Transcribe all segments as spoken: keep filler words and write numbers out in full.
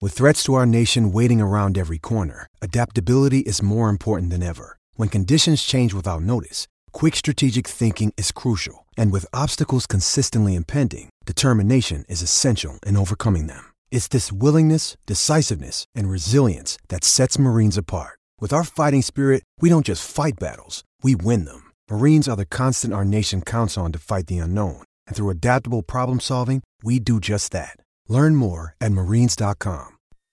With threats to our nation waiting around every corner, adaptability is more important than ever. When conditions change without notice, quick strategic thinking is crucial. And with obstacles consistently impending, determination is essential in overcoming them. It's this willingness, decisiveness, and resilience that sets Marines apart. With our fighting spirit, we don't just fight battles, we win them. Marines are the constant our nation counts on to fight the unknown. And through adaptable problem solving, we do just that. Learn more at marines dot com.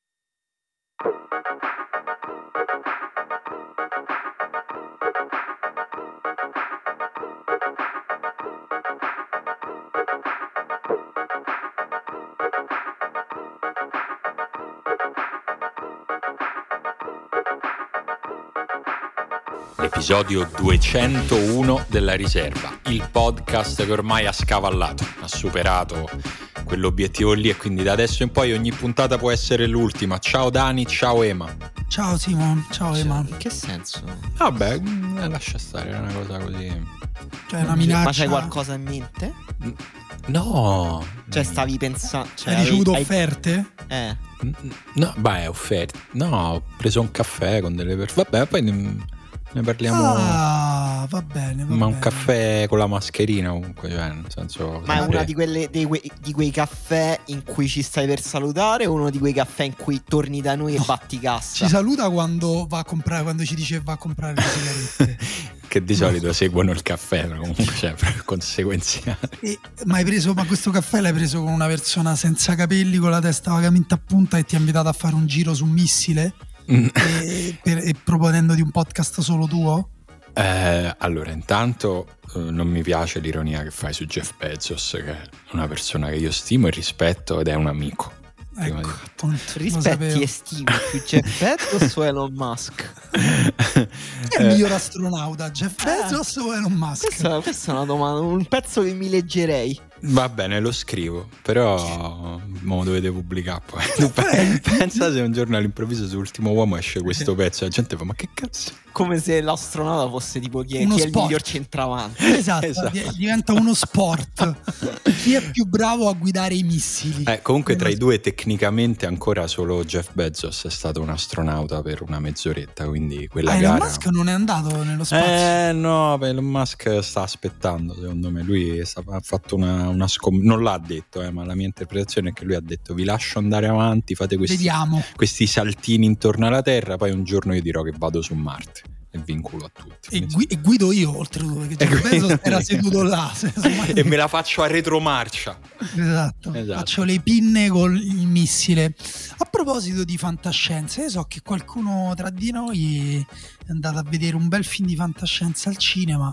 L'episodio duecentouno della Riserva, il podcast che ormai ha scavallato, ha superato quell'obiettivo lì e quindi da adesso in poi ogni puntata può essere l'ultima. Ciao Dani, ciao Ema. Ciao Simon, ciao Ema. In che senso? Vabbè, eh, lascia stare, è una cosa così. Cioè una minaccia. Ma c'hai qualcosa in mente? No. Cioè stavi pensando, cioè, hai ricevuto hai... offerte? Eh. No, beh, offerte. No, ho preso un caffè con delle persone. Vabbè, poi ne, ne parliamo. Ah, va bene, va Ma bene. un caffè con la mascherina comunque, cioè, nel senso. Ma è sempre... una di quelle dei, di quei caffè in cui ci stai per salutare o uno di quei caffè in cui torni da noi no, e batti cassa? Ci saluta quando va a comprare, quando ci dice va a comprare le sigarette. Che di solito no. seguono il caffè, ma comunque cioè, conseguenziale. E, ma hai preso, ma questo caffè l'hai preso con una persona senza capelli, con la testa vagamente a punta, e ti ha invitato a fare un giro su un missile mm. e, per, e proponendoti un podcast solo tuo? Eh, allora, intanto eh, non mi piace l'ironia che fai su Jeff Bezos, che è una persona che io stimo e rispetto ed è un amico. Ecco, rispetti e stimi più Jeff Bezos o Elon Musk? È il miglior astronauta, Jeff Bezos eh, o Elon Musk? Questa, questa è una domanda, un pezzo che mi leggerei. Va bene, lo scrivo, però mo dovete pubblicare poi. Pensa se un giorno all'improvviso su Ultimo Uomo esce questo pezzo e la gente fa ma che cazzo? Come se l'astronauta fosse tipo chi è, chi è il miglior centravanti. Esatto, esatto, diventa uno sport. Chi è più bravo a guidare i missili? Eh, comunque tra i due tecnicamente ancora solo Jeff Bezos è stato un astronauta per una mezz'oretta, quindi quella ah, gara... Elon Musk non è andato nello spazio? Eh no, Elon Musk sta aspettando, secondo me. Lui sta, ha fatto una, una scom- non l'ha detto, eh, ma la mia interpretazione è che lui ha detto vi lascio andare avanti, fate questi, questi saltini intorno alla Terra, poi un giorno io dirò che vado su Marte e vi inculo a tutti. E, gui- e guido io oltretutto, perché Jeff Bezos era seduto là e me la faccio a retromarcia. Esatto. esatto, faccio le pinne con il missile. A proposito di fantascienza, io so che qualcuno tra di noi è andato a vedere un bel film di fantascienza al cinema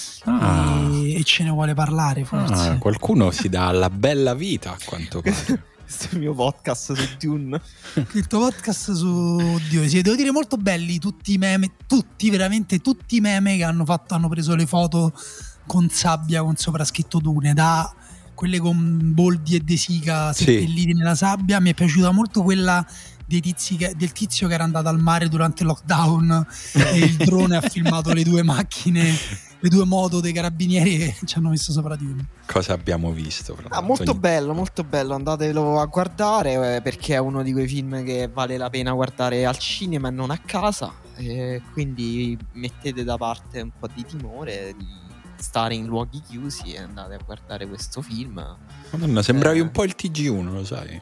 ah. e, e ce ne vuole parlare forse. Ah, qualcuno si dà alla bella vita a quanto pare. Questo è il mio podcast su Dune. Il tuo podcast su Dio, sì, devo dire molto belli tutti i meme, tutti veramente tutti i meme che hanno fatto, hanno preso le foto con sabbia con soprascritto Dune, da quelle con Boldi e De Sica seppelliti sì. nella sabbia. Mi è piaciuta molto quella dei tizi che, del tizio che era andato al mare durante il lockdown e il drone ha filmato le due macchine, le due moto dei carabinieri che ci hanno messo sopra di uno. Cosa abbiamo visto? Ah, molto bello, molto bello, andatelo a guardare eh, perché è uno di quei film che vale la pena guardare al cinema e non a casa, eh, quindi mettete da parte un po' di timore di stare in luoghi chiusi e andate a guardare questo film. Madonna, sembravi eh. un po' il T G uno, lo sai?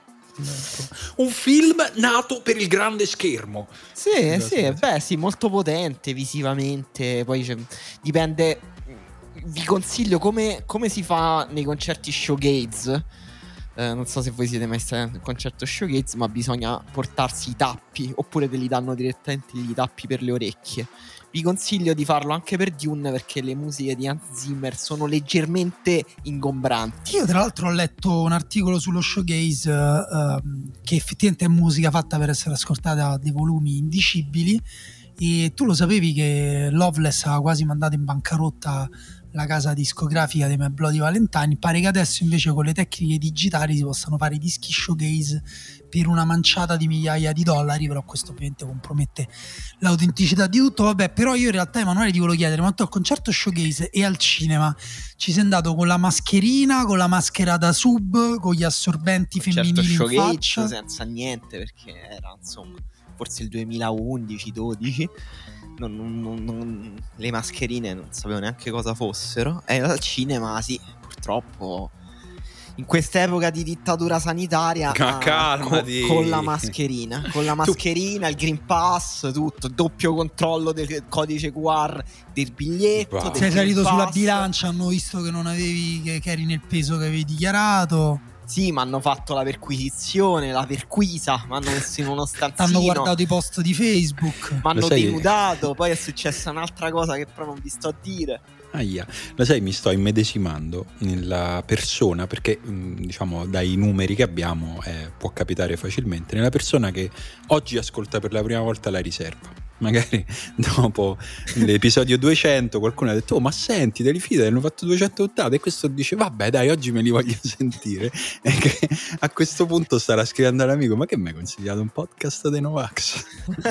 Un film nato per il grande schermo. Sì, sì, beh, sì, molto potente visivamente. Poi c'è, dipende. Vi consiglio come, come si fa nei concerti showgaze. Eh, non so se voi siete mai stati a un concerto showgaze, ma bisogna portarsi i tappi, oppure te li danno direttamente i tappi per le orecchie. Vi consiglio di farlo anche per Dune perché le musiche di Hans Zimmer sono leggermente ingombranti. Io tra l'altro ho letto un articolo sullo showgaze uh, che effettivamente è musica fatta per essere ascoltata a dei volumi indicibili, e tu lo sapevi che Loveless ha quasi mandato in bancarotta la casa discografica dei My Bloody Valentine? Pare che adesso invece con le tecniche digitali si possano fare i dischi showgaze per una manciata di migliaia di dollari, però questo ovviamente compromette l'autenticità di tutto. Vabbè, però io in realtà, Emanuele, ti volevo chiedere, ma tu al concerto Showcase e al cinema ci sei andato con la mascherina, con la maschera da sub, con gli assorbenti femminili certo, in faccia? Senza niente, perché era insomma forse il duemilaundici dodici. Non, non, non, le mascherine non sapevo neanche cosa fossero. E al cinema sì, purtroppo in quest'epoca di dittatura sanitaria, Ma calmati. Co- con la mascherina con la mascherina, il Green Pass, tutto, doppio controllo del codice Q R del biglietto, wow. del sei salito Pass. Sulla bilancia, hanno visto che non avevi che, che eri nel peso che avevi dichiarato. Sì, mi hanno fatto la perquisizione, la perquisa, mi hanno messo in uno stanzino. Hanno guardato i post di Facebook. Mi hanno denudato, poi è successa un'altra cosa che però non vi sto a dire. Aia, lo sai, mi sto immedesimando nella persona, perché diciamo dai numeri che abbiamo eh, può capitare facilmente, nella persona che oggi ascolta per la prima volta la riserva. Magari dopo l'episodio duecento qualcuno ha detto: oh, ma senti, te li fida, hanno fatto duecento puntate, e questo dice vabbè dai, oggi me li voglio sentire, e che a questo punto starà scrivendo all'amico: ma che mi hai consigliato un podcast dei Novax?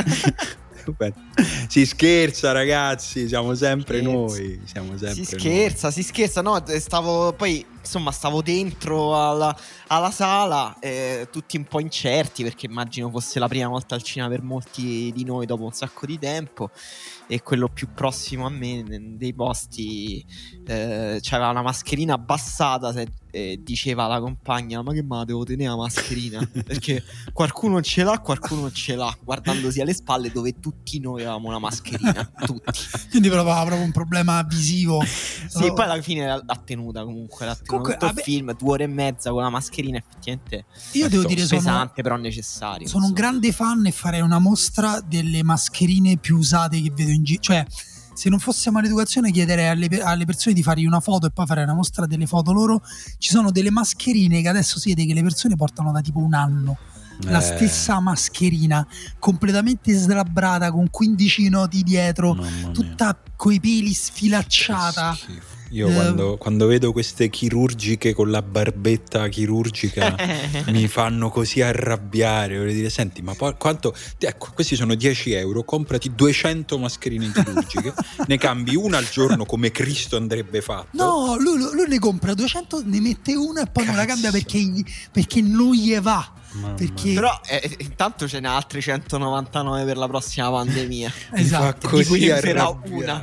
Si scherza, ragazzi, siamo sempre scherza. Noi siamo sempre si scherza noi. si scherza no, stavo poi insomma stavo dentro alla, alla sala, eh, tutti un po' incerti, perché immagino fosse la prima volta al cinema per molti di noi dopo un sacco di tempo, e quello più prossimo a me dei posti eh, c'aveva una mascherina abbassata, se, eh, diceva alla compagna: ma che ma devo tenere la mascherina? Perché qualcuno ce l'ha, qualcuno ce l'ha, guardandosi alle spalle dove tutti noi avevamo una mascherina, tutti. Quindi provava proprio un problema visivo. Sì, oh. Poi alla fine l'ha tenuta comunque, l'ha tenuta comunque, tutto vabbè, il film, due ore e mezza con la mascherina, effettivamente io devo dire pesante, sono, però necessario. Sono insomma. un grande fan e farei una mostra delle mascherine più usate che vedo in giro, cioè se non fosse maleducazione chiederei alle, alle persone di fargli una foto e poi fare una mostra delle foto loro. Ci sono delle mascherine che adesso si vede che le persone portano da tipo un anno, eh. la stessa mascherina completamente slabbrata con quindici nodi dietro, tutta coi peli sfilacciata. Io eh. quando, quando vedo queste chirurgiche con la barbetta chirurgica mi fanno così arrabbiare. Vorrei dire: senti, ma poi quanto? Ecco, questi sono dieci euro, comprati duecento mascherine chirurgiche, ne cambi una al giorno come Cristo andrebbe fatto. No, lui, lui ne compra duecento, ne mette una e poi Cazzo. non la cambia perché, perché non gli va. Perché... Però eh, intanto ce n'è altri centonovantanove per la prossima pandemia. Esatto, mi fa così di cui però una.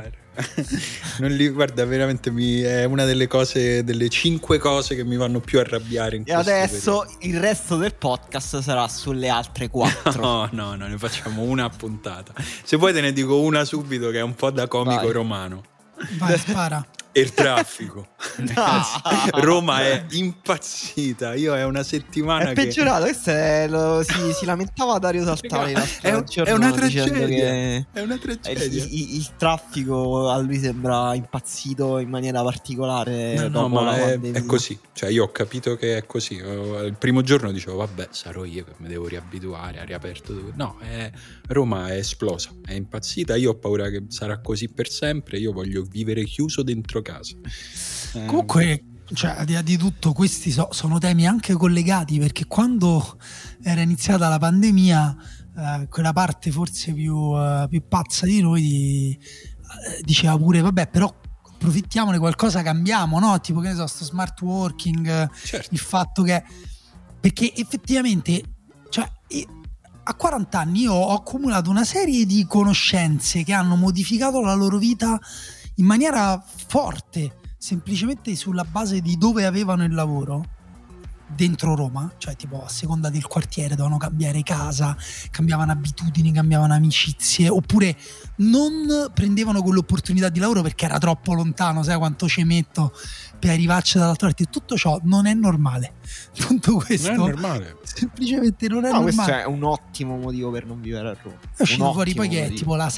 Non li, guarda, veramente mi, è una delle cose, delle cinque cose che mi fanno più arrabbiare in e adesso periodo. Il resto del podcast sarà sulle altre quattro. No, no, no, ne facciamo una a puntata. Se vuoi te ne dico una subito che è un po' da comico Vai. romano. Vai, spara. Il traffico. No. Roma è impazzita. Io è una settimana è peggiorato. Che... Questo è lo, si, si lamentava Dario Saltari. È, un, è una tragedia. Che è una tragedia. Il, il, il traffico a lui sembra impazzito in maniera particolare. No, no, ma è, è così. Cioè, io ho capito che è così. Il primo giorno dicevo: vabbè, sarò io che mi devo riabituare. Ha riaperto. No, è, Roma è esplosa. È impazzita. Io ho paura che sarà così per sempre. Io voglio vivere chiuso dentro casa. Eh, Comunque, cioè, al di là di tutto, questi so, sono temi anche collegati, perché quando era iniziata la pandemia, eh, quella parte forse più, uh, più pazza di noi di, uh, diceva pure: vabbè, però approfittiamone, qualcosa cambiamo, no? Tipo, che ne so, sto smart working, certo. Il fatto che, perché effettivamente, cioè, a quaranta anni io ho accumulato una serie di conoscenze che hanno modificato la loro vita in maniera forte, semplicemente sulla base di dove avevano il lavoro dentro Roma, cioè tipo a seconda del quartiere dovevano cambiare casa, cambiavano abitudini, cambiavano amicizie, oppure non prendevano quell'opportunità di lavoro perché era troppo lontano, sai quanto ci metto per arrivarci dall'altra parte. Tutto ciò non è normale, tutto questo non è normale, semplicemente non è no, normale. Questo è un ottimo motivo per non vivere a Roma. È uscito fuori poi che è tipo la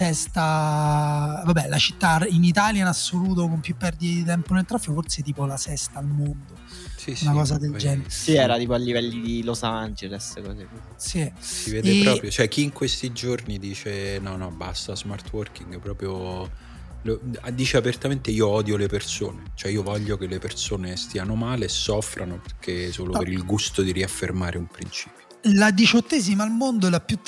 sesta, vabbè, la città in Italia in assoluto con più perdite di tempo nel traffico, forse tipo la sesta al mondo, sì, una sì, cosa del poi... genere. Sì, era tipo a livelli di Los Angeles, cose così. Sì. Si vede e... proprio, cioè chi in questi giorni dice no no basta smart working, proprio lo, dice apertamente: io odio le persone, cioè io voglio che le persone stiano male e soffrano perché solo no. per il gusto di riaffermare un principio. la diciottesima al mondo è la più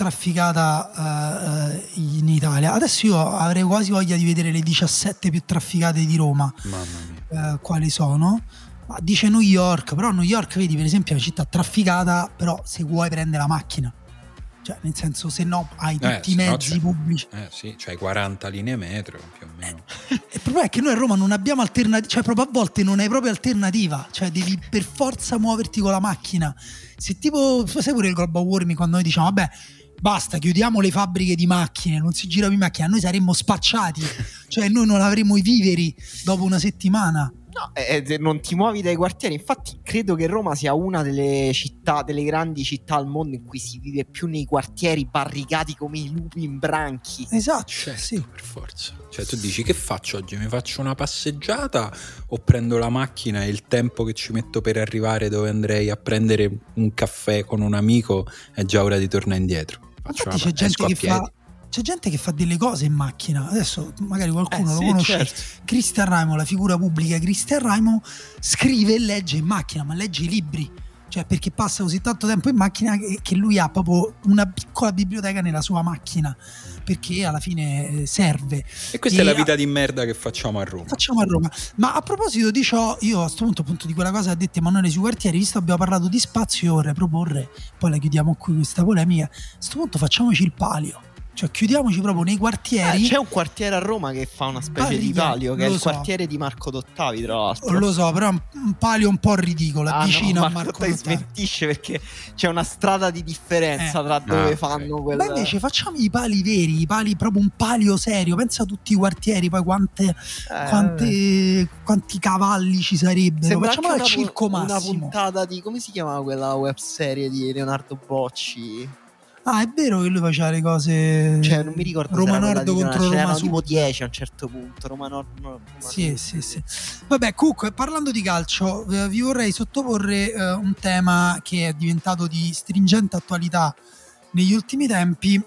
trafficata uh, in Italia. Adesso io avrei quasi voglia di vedere le diciassette più trafficate di Roma. Mamma mia. Uh, quali sono? Ma dice New York, però New York, vedi, per esempio è una città trafficata, però se vuoi prende la macchina. Cioè, nel senso, se no hai tutti eh, i mezzi no, pubblici. Eh sì, c'hai quaranta linee metro più o meno. Eh, il problema è che noi a Roma non abbiamo alternativa, cioè proprio a volte non hai proprio alternativa, cioè devi per forza muoverti con la macchina. Se tipo, sai pure il global warming, quando noi diciamo vabbè, basta, chiudiamo le fabbriche di macchine, non si gira più in macchina, noi saremmo spacciati, cioè noi non avremo i viveri dopo una settimana. No, eh, non ti muovi dai quartieri. Infatti credo che Roma sia una delle città, delle grandi città al mondo in cui si vive più nei quartieri barricati come i lupi in branchi. Esatto, certo, sì. Per forza. Cioè tu dici, che faccio oggi? Mi faccio una passeggiata o prendo la macchina e il tempo che ci metto per arrivare dove andrei a prendere un caffè con un amico è già ora di tornare indietro. Faccio Infatti una, c'è gente che fa C'è gente che fa delle cose in macchina. Adesso magari qualcuno eh, lo sì, conosce. certo. Cristian Raimo, la figura pubblica Cristian Raimo, scrive e legge in macchina, ma legge i libri. Cioè, perché passa così tanto tempo in macchina che, che lui ha proprio una piccola biblioteca nella sua macchina, perché alla fine serve. E questa e è la vita a... di merda che facciamo a Roma. Facciamo a Roma. Ma a proposito di ciò, io a questo punto, appunto, di quella cosa ha detto Emanuele sui quartieri, visto che abbiamo parlato di spazio, io vorrei proporre, poi la chiudiamo qui questa polemica, a questo punto facciamoci il palio. Cioè chiudiamoci proprio nei quartieri. Eh, c'è un quartiere a Roma che fa una specie palio, di palio, che è il so. quartiere di Marco Dottavi, tra l'altro. Lo so, però è un palio un po' ridicolo, è ah, vicino no, a Marco Dottavi. Smentisce perché c'è una strada di differenza eh. tra dove ah, fanno okay. quel... Ma invece facciamo i pali veri, i pali proprio un palio serio. Pensa a tutti i quartieri, poi quante, eh, quante quanti cavalli ci sarebbero. Facciamo al Circo Massimo. Una puntata di, come si chiamava quella web serie di Leonardo Bocci? Ah, è vero che lui faceva le cose. Cioè, non mi ricordo Roma se era Nord contro Roma Roma Sud. Tipo dieci a un certo punto. Roma Nord. Roma sì, sì, sì. Vabbè, comunque, parlando di calcio, eh, vi vorrei sottoporre eh, un tema che è diventato di stringente attualità negli ultimi tempi.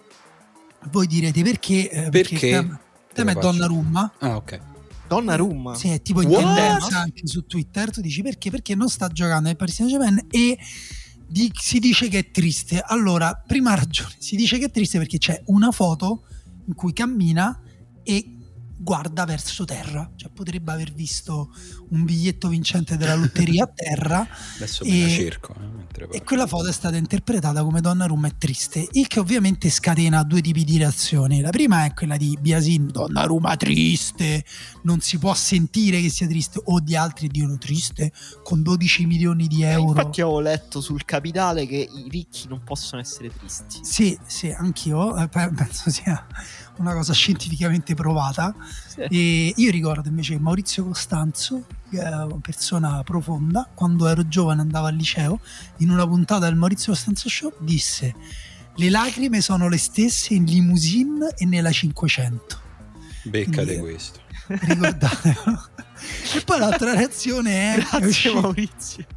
Voi direte perché? Eh, perché? Perché il tema, il tema è Donnarumma. Ah, ok. Donnarumma? Sì, è tipo in What? tendenza anche su Twitter. Tu dici perché? Perché non sta giocando nel Paris Saint-Germain e. Di, si dice che è triste. Allora, prima ragione, si dice che è triste perché c'è una foto in cui cammina e guarda verso terra, cioè potrebbe aver visto un biglietto vincente della lotteria a terra. Adesso e, me la cerco eh, e quella foto è stata interpretata come Donnarumma è triste, il che ovviamente scatena due tipi di reazioni. La prima è quella di Biasin, Donnarumma triste, non si può sentire che sia triste, o di altri dicono triste con dodici milioni di euro. Eh, infatti avevo letto sul Capitale che i ricchi non possono essere tristi. Sì, sì, anch'io eh, penso sia una cosa scientificamente provata. Sì. E io ricordo invece Maurizio Costanzo, che è una persona profonda, quando ero giovane andavo al liceo, in una puntata del Maurizio Costanzo Show disse: le lacrime sono le stesse in limousine e nella cinquecento. Beccate questo, ricordatelo. E poi l'altra reazione è grazie è uscito, Maurizio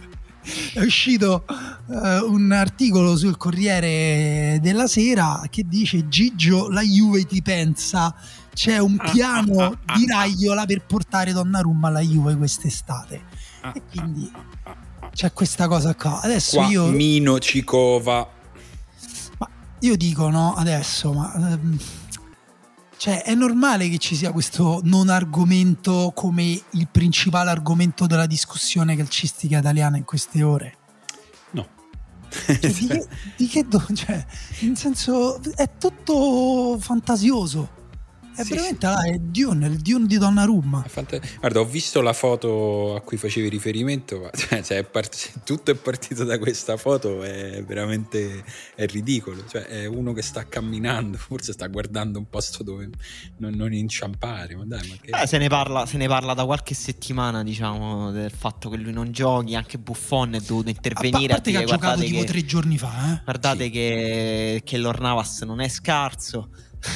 è uscito uh, un articolo sul Corriere della Sera che dice: Gigio, la Juve ti pensa, c'è un piano di Raiola per portare Donnarumma alla Juve quest'estate. E quindi c'è questa cosa qua. Adesso qua io Mino Cicova, ma io dico no adesso ma um, cioè è normale che ci sia questo non argomento come il principale argomento della discussione calcistica italiana in queste ore? No. Cioè, di che, di che do, cioè, in senso è tutto fantasioso. È sì, veramente sì. Là, è Dune, il Dune di Donnarumma. Fant- Guarda, ho visto la foto a cui facevi riferimento, ma cioè, cioè, è part- tutto è partito da questa foto, è veramente è ridicolo. Cioè, è uno che sta camminando, forse sta guardando un posto dove non, non inciampare. Ma dai, ma che... eh, se ne parla, se ne parla da qualche settimana, diciamo, del fatto che lui non giochi. Anche Buffon è dovuto intervenire. A parte a che ha giocato tipo che, tre giorni fa. Eh? Guardate sì. che, che l'Ornavas non è scarso.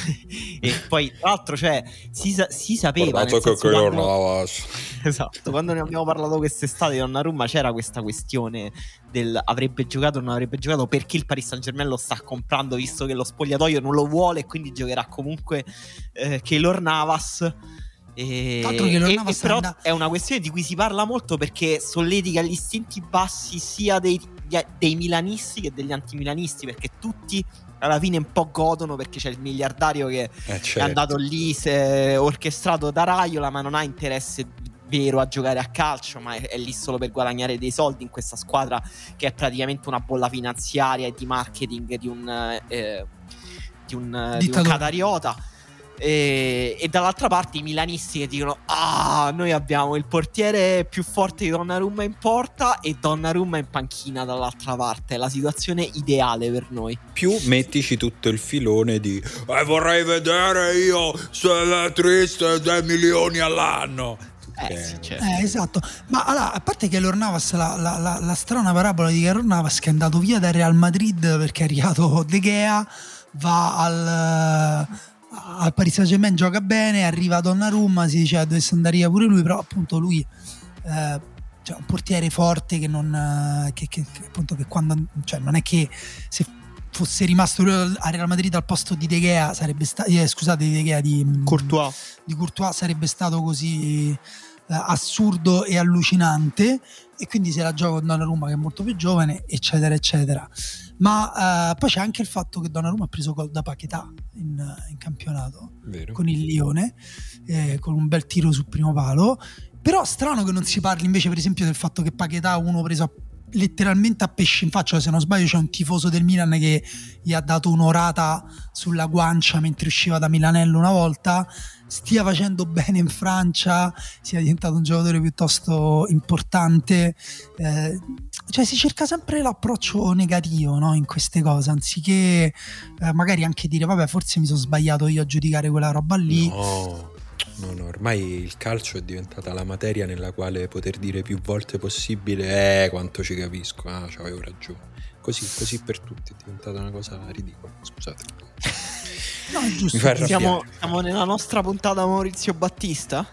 E poi tra l'altro cioè si, sa- si sapeva nel senso, quando, esatto, quando ne abbiamo parlato quest'estate di Donnarumma c'era questa questione del avrebbe giocato o non avrebbe giocato, perché il Paris Saint-Germain lo sta comprando visto che lo spogliatoio non lo vuole e quindi giocherà comunque eh, Keylor Navas. E, e, e però and- è una questione di cui si parla molto perché solletica gli istinti bassi sia dei, dei milanisti che degli antimilanisti, perché tutti alla fine un po' godono perché c'è il miliardario che eh certo. è andato lì, se è orchestrato da Raiola, ma non ha interesse vero a giocare a calcio, ma è, è lì solo per guadagnare dei soldi in questa squadra che è praticamente una bolla finanziaria e di marketing di un eh, di un, di un catariota. E, e dall'altra parte i milanisti che dicono: ah, noi abbiamo il portiere più forte di Donnarumma in porta e Donnarumma in panchina dall'altra parte, è la situazione ideale per noi. Più mettici tutto il filone di eh, vorrei vedere io se triste dei milioni all'anno. Eh, sì, certo. eh, esatto. Ma allora, a parte che Keylor Navas, la, la, la, la strana parabola di Keylor Navas che è andato via dal Real Madrid perché è arrivato De Gea, va al al Paris Saint-Germain, gioca bene, arriva Donnarumma, si dice dovesse andare via pure lui, però appunto lui eh, cioè un portiere forte che non che, che, che appunto che quando cioè non è che se fosse rimasto a Real Madrid al posto di De Gea sarebbe stato eh, scusate di De Gea di Courtois di Courtois sarebbe stato così eh, assurdo e allucinante, e quindi se la gioca con Donnarumma che è molto più giovane, eccetera eccetera. Ma uh, poi c'è anche il fatto che Donnarumma ha preso gol da Paquetá in, in campionato. Vero. Con il Lione, eh, con un bel tiro sul primo palo. Però strano che non si parli invece per esempio del fatto che Paquetá, uno preso a, letteralmente a pesce in faccia, se non sbaglio c'è un tifoso del Milan che gli ha dato un'orata sulla guancia mentre usciva da Milanello una volta, stia facendo bene in Francia, sia diventato un giocatore piuttosto importante, eh, cioè si cerca sempre l'approccio negativo, no, in queste cose, anziché eh, magari anche dire vabbè forse mi sono sbagliato io a giudicare quella roba lì. No. No, no, ormai il calcio è diventata la materia nella quale poter dire più volte possibile eh, quanto ci capisco, ah, c'avevo ragione. Così, così per tutti, è diventata una cosa ridicola, scusate. No, è giusto. Mi fa siamo, siamo nella nostra puntata Maurizio Battista?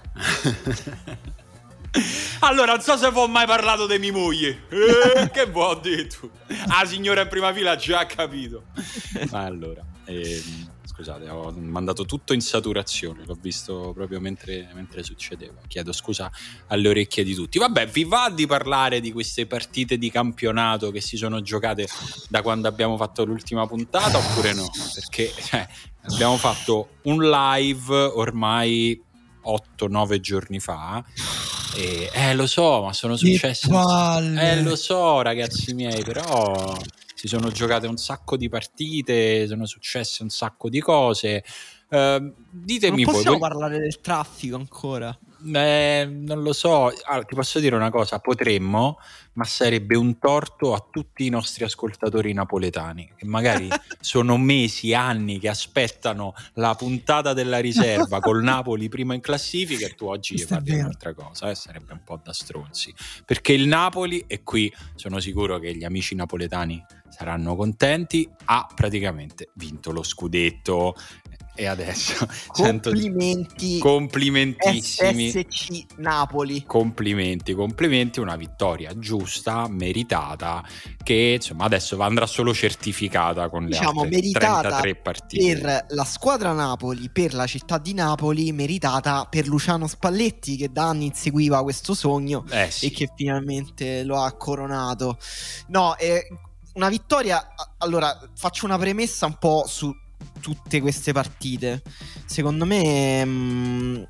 Allora, non so se vi ho mai parlato di mia moglie. Eh, che vuoi dire tu? Ah, signora in prima fila ha già capito. Ma allora, ehm, scusate, ho mandato tutto in saturazione, l'ho visto proprio mentre, mentre succedeva. Chiedo scusa alle orecchie di tutti. Vabbè, vi va di parlare di queste partite di campionato che si sono giocate da quando abbiamo fatto l'ultima puntata oppure no? Perché cioè, abbiamo fatto un live ormai otto nove giorni fa. E, eh lo so, ma sono successe eh lo so ragazzi miei, però si sono giocate un sacco di partite, sono successe un sacco di cose. Uh, ditemi non possiamo voi, parlare del traffico ancora? Eh, non lo so. Allora, ti posso dire una cosa, potremmo, ma sarebbe un torto a tutti i nostri ascoltatori napoletani che magari sono mesi, anni che aspettano la puntata della riserva col Napoli prima in classifica e tu oggi gli parli di un'altra cosa, eh? Sarebbe un po' da stronzi, perché il Napoli, e qui sono sicuro che gli amici napoletani saranno contenti, ha praticamente vinto lo scudetto. E adesso complimenti, sento... complimentissimi, S C Napoli, complimenti, complimenti, una vittoria giusta, meritata, che insomma adesso andrà solo certificata con le diciamo, altre meritata trentatré partite per la squadra Napoli, per la città di Napoli, meritata per Luciano Spalletti che da anni inseguiva questo sogno eh sì. e che finalmente lo ha coronato. No, è una vittoria. Allora faccio una premessa un po' su tutte queste partite. Secondo me mh,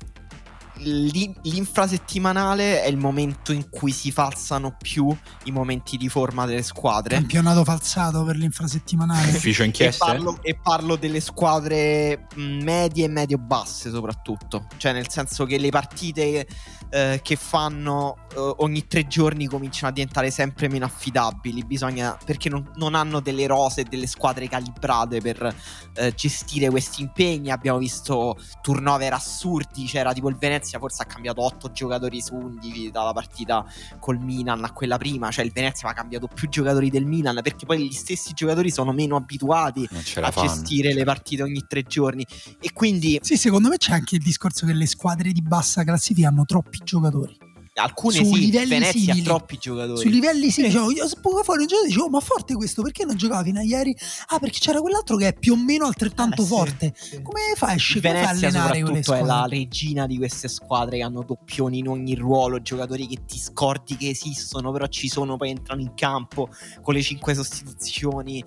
l'infrasettimanale è il momento in cui si falsano più i momenti di forma delle squadre. Campionato falsato per l'infrasettimanale. Ufficio inchieste. E parlo, e parlo delle squadre medie e medio-basse soprattutto. Cioè nel senso che le partite eh, che fanno eh, ogni tre giorni cominciano a diventare sempre meno affidabili. Bisogna, perché non, non hanno delle rose e delle squadre calibrate per eh, gestire questi impegni. Abbiamo visto turnover assurdi. C'era tipo il Venezia forse ha cambiato otto giocatori su undici dalla partita col Milan a quella prima. Cioè il Venezia ha cambiato più giocatori del Milan perché poi gli stessi giocatori sono meno abituati a fanno, gestire le partite ogni tre giorni. E quindi sì, secondo me c'è anche il discorso che le squadre di bassa classifica hanno troppi giocatori. alcune su sì, livelli Venezia simili, ha troppi giocatori. Su livelli sì, dicevo, io poco fuori un giorno dicevo, ma forte questo, perché non giocava fino a ieri? Ah, perché c'era quell'altro che è più o meno altrettanto eh, sì, forte. Sì. Come fai a Il come Venezia fai a allenare quelle soprattutto squadre? è la regina di queste squadre che hanno doppioni in ogni ruolo, giocatori che ti scordi che esistono, però ci sono, poi entrano in campo con le cinque sostituzioni.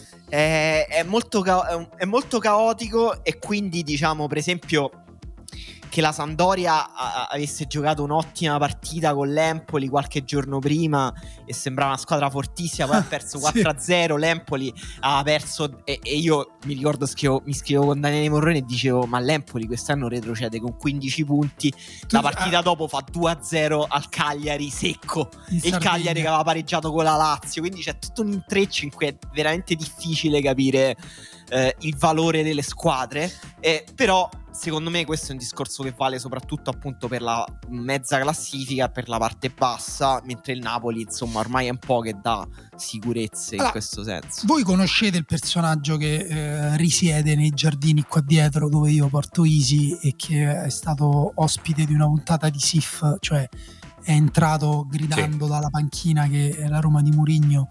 È, è, molto, ca- è molto caotico, e quindi diciamo, per esempio, che la Sampdoria a- avesse giocato un'ottima partita con l'Empoli qualche giorno prima e sembrava una squadra fortissima, poi ha perso quattro a zero. Sì. L'Empoli ha perso, e, e io mi ricordo scrivo, mi scrivo con Daniele Morrone e dicevo, ma l'Empoli quest'anno retrocede con quindici punti, tu, la partita ah, dopo fa due a zero al Cagliari secco, e il Cagliari che aveva pareggiato con la Lazio, quindi c'è tutto un intreccio in cui è veramente difficile capire eh, il valore delle squadre, eh, però secondo me questo è un discorso che vale soprattutto appunto per la mezza classifica, per la parte bassa, mentre il Napoli insomma ormai è un po' che dà sicurezze allora, in questo senso. Voi conoscete il personaggio che eh, risiede nei giardini qua dietro dove io porto Easy e che è stato ospite di una puntata di S I F, cioè è entrato gridando sì. dalla panchina che la Roma di Mourinho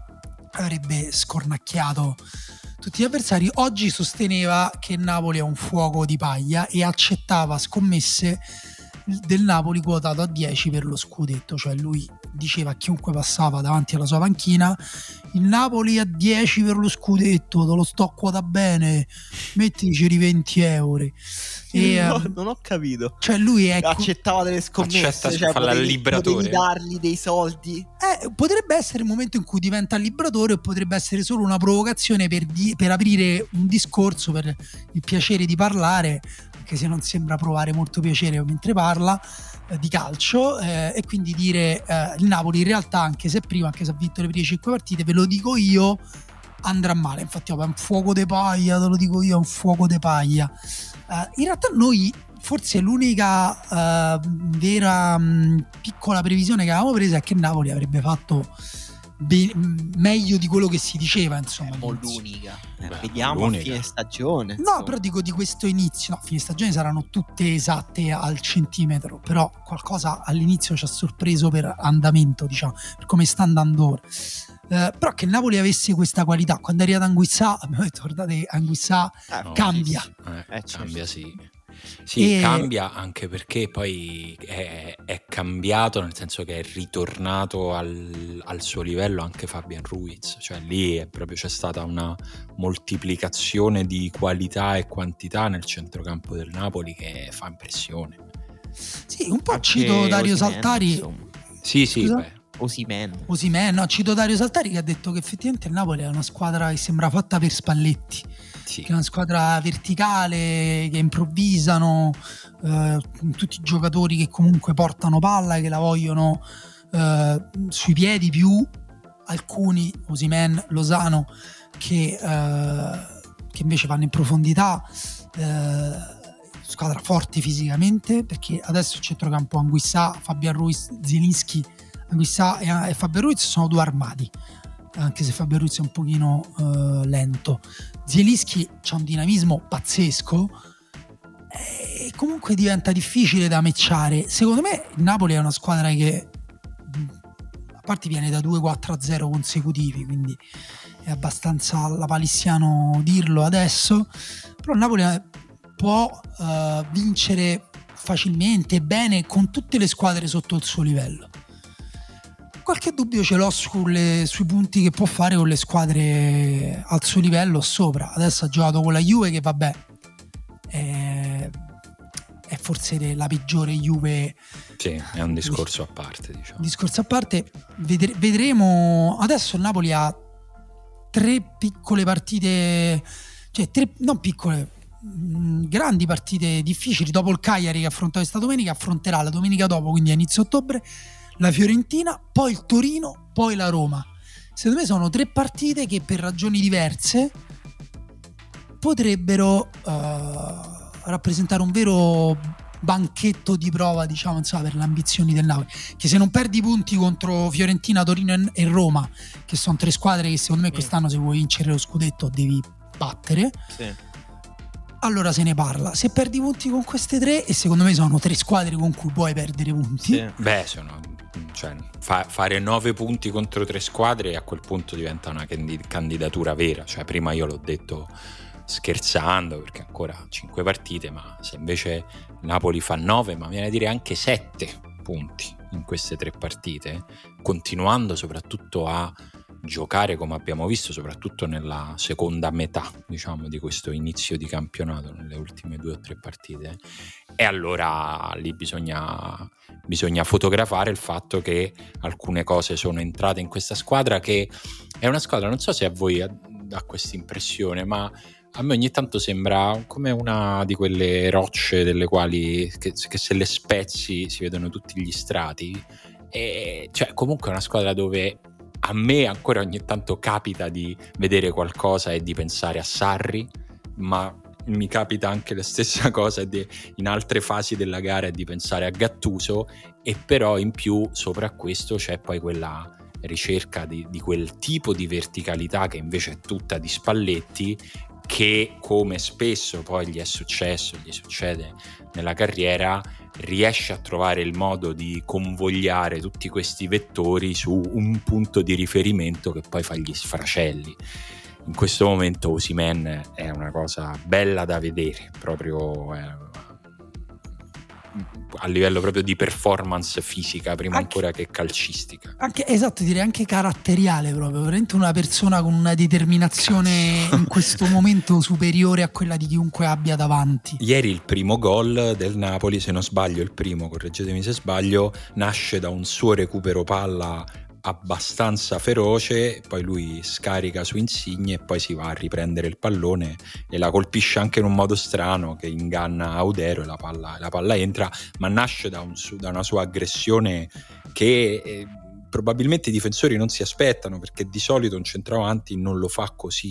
avrebbe scornacchiato tutti gli avversari. Oggi sosteneva che Napoli è un fuoco di paglia e accettava scommesse del Napoli quotato a dieci per lo scudetto, cioè lui diceva a chiunque passava davanti alla sua panchina: il Napoli a dieci per lo scudetto, te lo sto quota bene, mettici venti euro. E, no, um, non ho capito. Cioè lui è accettava delle scommesse, accetta, cioè fa potevi, potevi dargli dei soldi. Eh, potrebbe essere il momento in cui diventa libratore, o potrebbe essere solo una provocazione per, di, per aprire un discorso, per il piacere di parlare, anche se non sembra provare molto piacere mentre parla eh, di calcio, eh, e quindi dire eh, il Napoli in realtà, anche se prima, anche se ha vinto le prime cinque partite, ve lo dico io, andrà male. Infatti oh, è un fuoco de paglia, te lo dico io, è un fuoco de paglia. Uh, in realtà noi forse l'unica uh, vera mh, piccola previsione che avevamo presa è che Napoli avrebbe fatto be- meglio di quello che si diceva, insomma. È l'unica. Eh, Beh, vediamo l'unica. a fine stagione. No, insomma. però dico di questo inizio, no, a fine stagione saranno tutte esatte al centimetro, però qualcosa all'inizio ci ha sorpreso per andamento, diciamo, per come sta andando ora. Uh, però che il Napoli avesse questa qualità, quando è arrivato Anguissà abbiamo detto guardate, Anguissà eh, no, cambia sì, sì. Eh, eh, cambia sì sì e... cambia, anche perché poi è, è cambiato, nel senso che è ritornato al, al suo livello anche Fabian Ruiz, cioè lì è proprio, c'è stata una moltiplicazione di qualità e quantità nel centrocampo del Napoli che fa impressione. Sì, un po' anche cito Dario Osimhen, Saltari insomma. Sì sì Scusa? beh. Osimhen. Osimhen, no, cito Dario Saltari che ha detto che effettivamente il Napoli è una squadra che sembra fatta per Spalletti, sì. Che è una squadra verticale, che improvvisano, eh, tutti i giocatori che comunque portano palla, che la vogliono eh, sui piedi, più alcuni, Osimhen, Lozano, che, eh, che invece vanno in profondità, eh, squadra forte fisicamente, perché adesso il centrocampo Anguissà, Fabian Ruiz, Zielinski, Anguissà e, e Fabian Ruiz sono due armati, anche se Fabian Ruiz è un pochino uh, lento. Zielinski c'ha un dinamismo pazzesco e comunque diventa difficile da matchare. Secondo me il Napoli è una squadra che, a parte, viene da due quattro a zero consecutivi, quindi è abbastanza lapalissiano dirlo adesso, però il Napoli può uh, vincere facilmente, bene, con tutte le squadre sotto il suo livello. Qualche dubbio ce l'ho sulle, sui punti che può fare con le squadre al suo livello sopra. Adesso ha giocato con la Juve, che vabbè è, è forse la peggiore Juve. Sì, è un discorso a parte, diciamo. Discorso a parte, vedre, vedremo. Adesso il Napoli ha tre piccole partite, cioè tre, non piccole, mh, grandi partite difficili. Dopo il Cagliari che affronta questa domenica, affronterà la domenica dopo, quindi a inizio ottobre, la Fiorentina, poi il Torino, poi la Roma. Secondo me sono tre partite che per ragioni diverse potrebbero uh, rappresentare un vero banchetto di prova, diciamo, insomma, per le ambizioni del Napoli, che se non perdi punti contro Fiorentina, Torino e Roma, che sono tre squadre che secondo me quest'anno, se vuoi vincere lo scudetto, devi battere, sì. allora se ne parla. Se perdi punti con queste tre, e secondo me sono tre squadre con cui puoi perdere punti. Sì. Beh, sono, cioè, fa, fare nove punti contro tre squadre a quel punto diventa una candidatura vera. Cioè, prima io l'ho detto scherzando perché ancora cinque partite, ma se invece Napoli fa nove, ma viene a dire anche sette punti in queste tre partite, continuando soprattutto a giocare come abbiamo visto, soprattutto nella seconda metà, diciamo, di questo inizio di campionato, nelle ultime due o tre partite, e allora lì bisogna, bisogna fotografare il fatto che alcune cose sono entrate in questa squadra, che è una squadra, non so se a voi dà questa impressione, ma a me ogni tanto sembra come una di quelle rocce delle quali che, che se le spezzi si vedono tutti gli strati, e cioè comunque è una squadra dove a me ancora ogni tanto capita di vedere qualcosa e di pensare a Sarri, ma mi capita anche la stessa cosa di, in altre fasi della gara, di pensare a Gattuso, e però in più sopra questo c'è poi quella ricerca di, di quel tipo di verticalità che invece è tutta di Spalletti, che come spesso poi gli è successo, gli succede nella carriera, riesce a trovare il modo di convogliare tutti questi vettori su un punto di riferimento che poi fa gli sfracelli. In questo momento Osimhen è una cosa bella da vedere, proprio eh, a livello proprio di performance fisica, prima anche, ancora che calcistica. Anche, esatto, direi anche caratteriale, proprio veramente una persona con una determinazione in questo momento superiore a quella di chiunque abbia davanti. Ieri il primo gol del Napoli, se non sbaglio il primo, correggetemi se sbaglio, nasce da un suo recupero palla abbastanza feroce, poi lui scarica su Insigne e poi si va a riprendere il pallone e la colpisce anche in un modo strano che inganna Audero e la palla, la palla entra, ma nasce da, un, da una sua aggressione che eh, probabilmente i difensori non si aspettano, perché di solito un centravanti non lo fa così.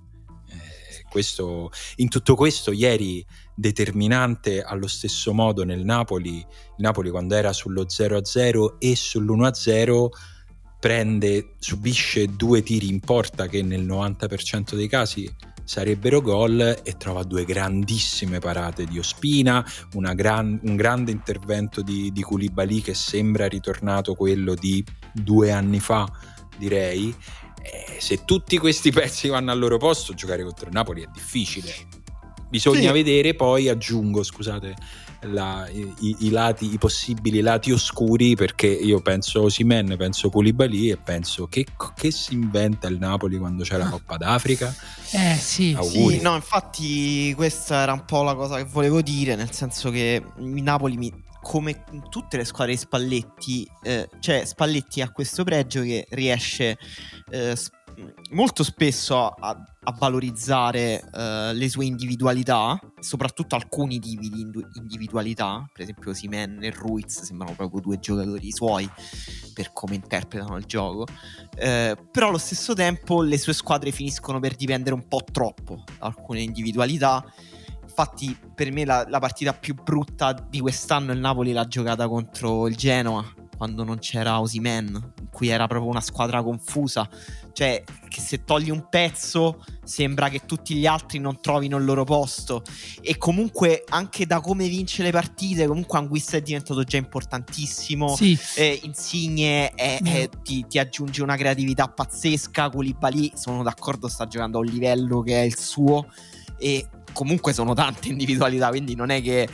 Eh, questo, in tutto questo ieri determinante allo stesso modo nel Napoli, il Napoli quando era sullo zero a zero e sull'uno a zero prende, subisce due tiri in porta che nel novanta per cento dei casi sarebbero gol, e trova due grandissime parate di Ospina, una gran, un grande intervento di, di Koulibaly che sembra ritornato quello di due anni fa, direi. E se tutti questi pezzi vanno al loro posto, giocare contro il Napoli è difficile. Bisogna sì. vedere poi, aggiungo, scusate, La, i, i lati, i possibili lati oscuri, perché io penso Osimhen, penso Koulibaly e penso che, che si inventa il Napoli quando c'è la Coppa d'Africa. Eh sì, Auguri. sì, no, infatti questa era un po' la cosa che volevo dire, nel senso che il Napoli mi, come in tutte le squadre di Spalletti, eh, cioè Spalletti ha questo pregio che riesce eh, molto spesso a, a valorizzare uh, le sue individualità, soprattutto alcuni tipi di individualità. Per esempio Osimhen e Ruiz sembrano proprio due giocatori suoi per come interpretano il gioco, eh, però allo stesso tempo le sue squadre finiscono per dipendere un po' troppo da alcune individualità. Infatti per me la, la partita più brutta di quest'anno il Napoli l'ha giocata contro il Genoa, quando non c'era Osimhen, in cui era proprio una squadra confusa, cioè che se togli un pezzo sembra che tutti gli altri non trovino il loro posto. E comunque anche da come vince le partite, comunque Anguissa è diventato già importantissimo, sì. eh, Insigne è, è, ti, ti aggiunge una creatività pazzesca, Koulibaly sono d'accordo, sta giocando a un livello che è il suo, e comunque sono tante individualità, quindi non è che,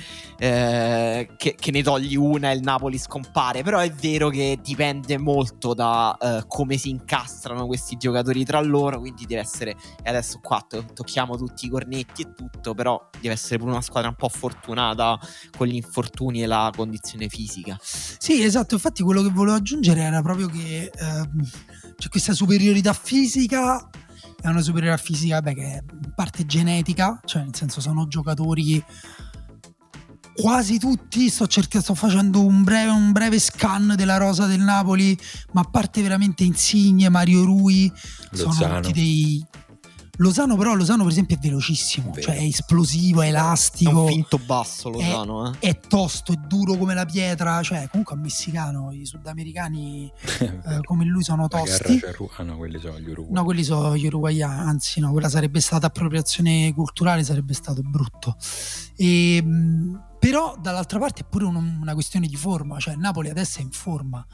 eh, che, che ne togli una e il Napoli scompare. Però è vero che dipende molto da eh, come si incastrano questi giocatori tra loro, quindi deve essere, e adesso qua to- tocchiamo tutti i cornetti e tutto, però deve essere pure una squadra un po' fortunata con gli infortuni e la condizione fisica. Sì, esatto, infatti quello che volevo aggiungere era proprio che ehm, c'è questa superiorità fisica. È una superiorità fisica beh, che è in parte genetica, cioè nel senso sono giocatori quasi tutti, sto cercando, sto facendo un breve, un breve scan della rosa del Napoli, ma a parte veramente Insigne, Mario Rui, Lozano. sono tutti dei Lozano però Lozano per esempio è velocissimo, Vero. cioè è esplosivo, è elastico, è un finto basso Lozano, è, eh. è tosto, è duro come la pietra, cioè comunque è un messicano, i sudamericani eh, come lui sono tosti. Ah no, quelli sono gli uruguay. No, quelli sono gli uruguayani, anzi no, quella sarebbe stata appropriazione culturale, sarebbe stato brutto. E, però dall'altra parte è pure un, una questione di forma, cioè Napoli adesso è in forma,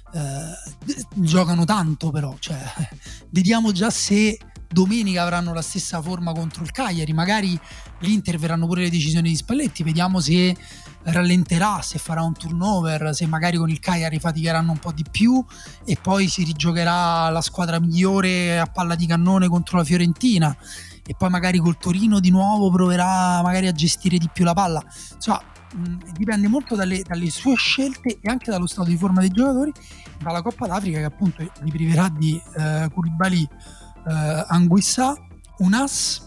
eh, giocano tanto però, cioè vediamo già se domenica avranno la stessa forma contro il Cagliari, magari l'Inter verranno pure le decisioni di Spalletti, vediamo se rallenterà, se farà un turnover, se magari con il Cagliari faticheranno un po' di più e poi si rigiocherà la squadra migliore a palla di cannone contro la Fiorentina e poi magari col Torino di nuovo proverà magari a gestire di più la palla, insomma mh, dipende molto dalle, dalle sue scelte e anche dallo stato di forma dei giocatori, dalla Coppa d'Africa che appunto li priverà di eh, Koulibaly, Uh, Anguissa, Unas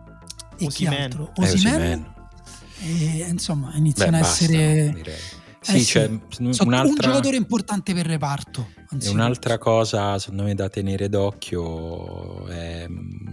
e chi altro? Osimhen. E insomma iniziano a essere direi. Sì, eh c'è sì. un giocatore importante per il reparto. E un'altra cosa secondo me da tenere d'occhio è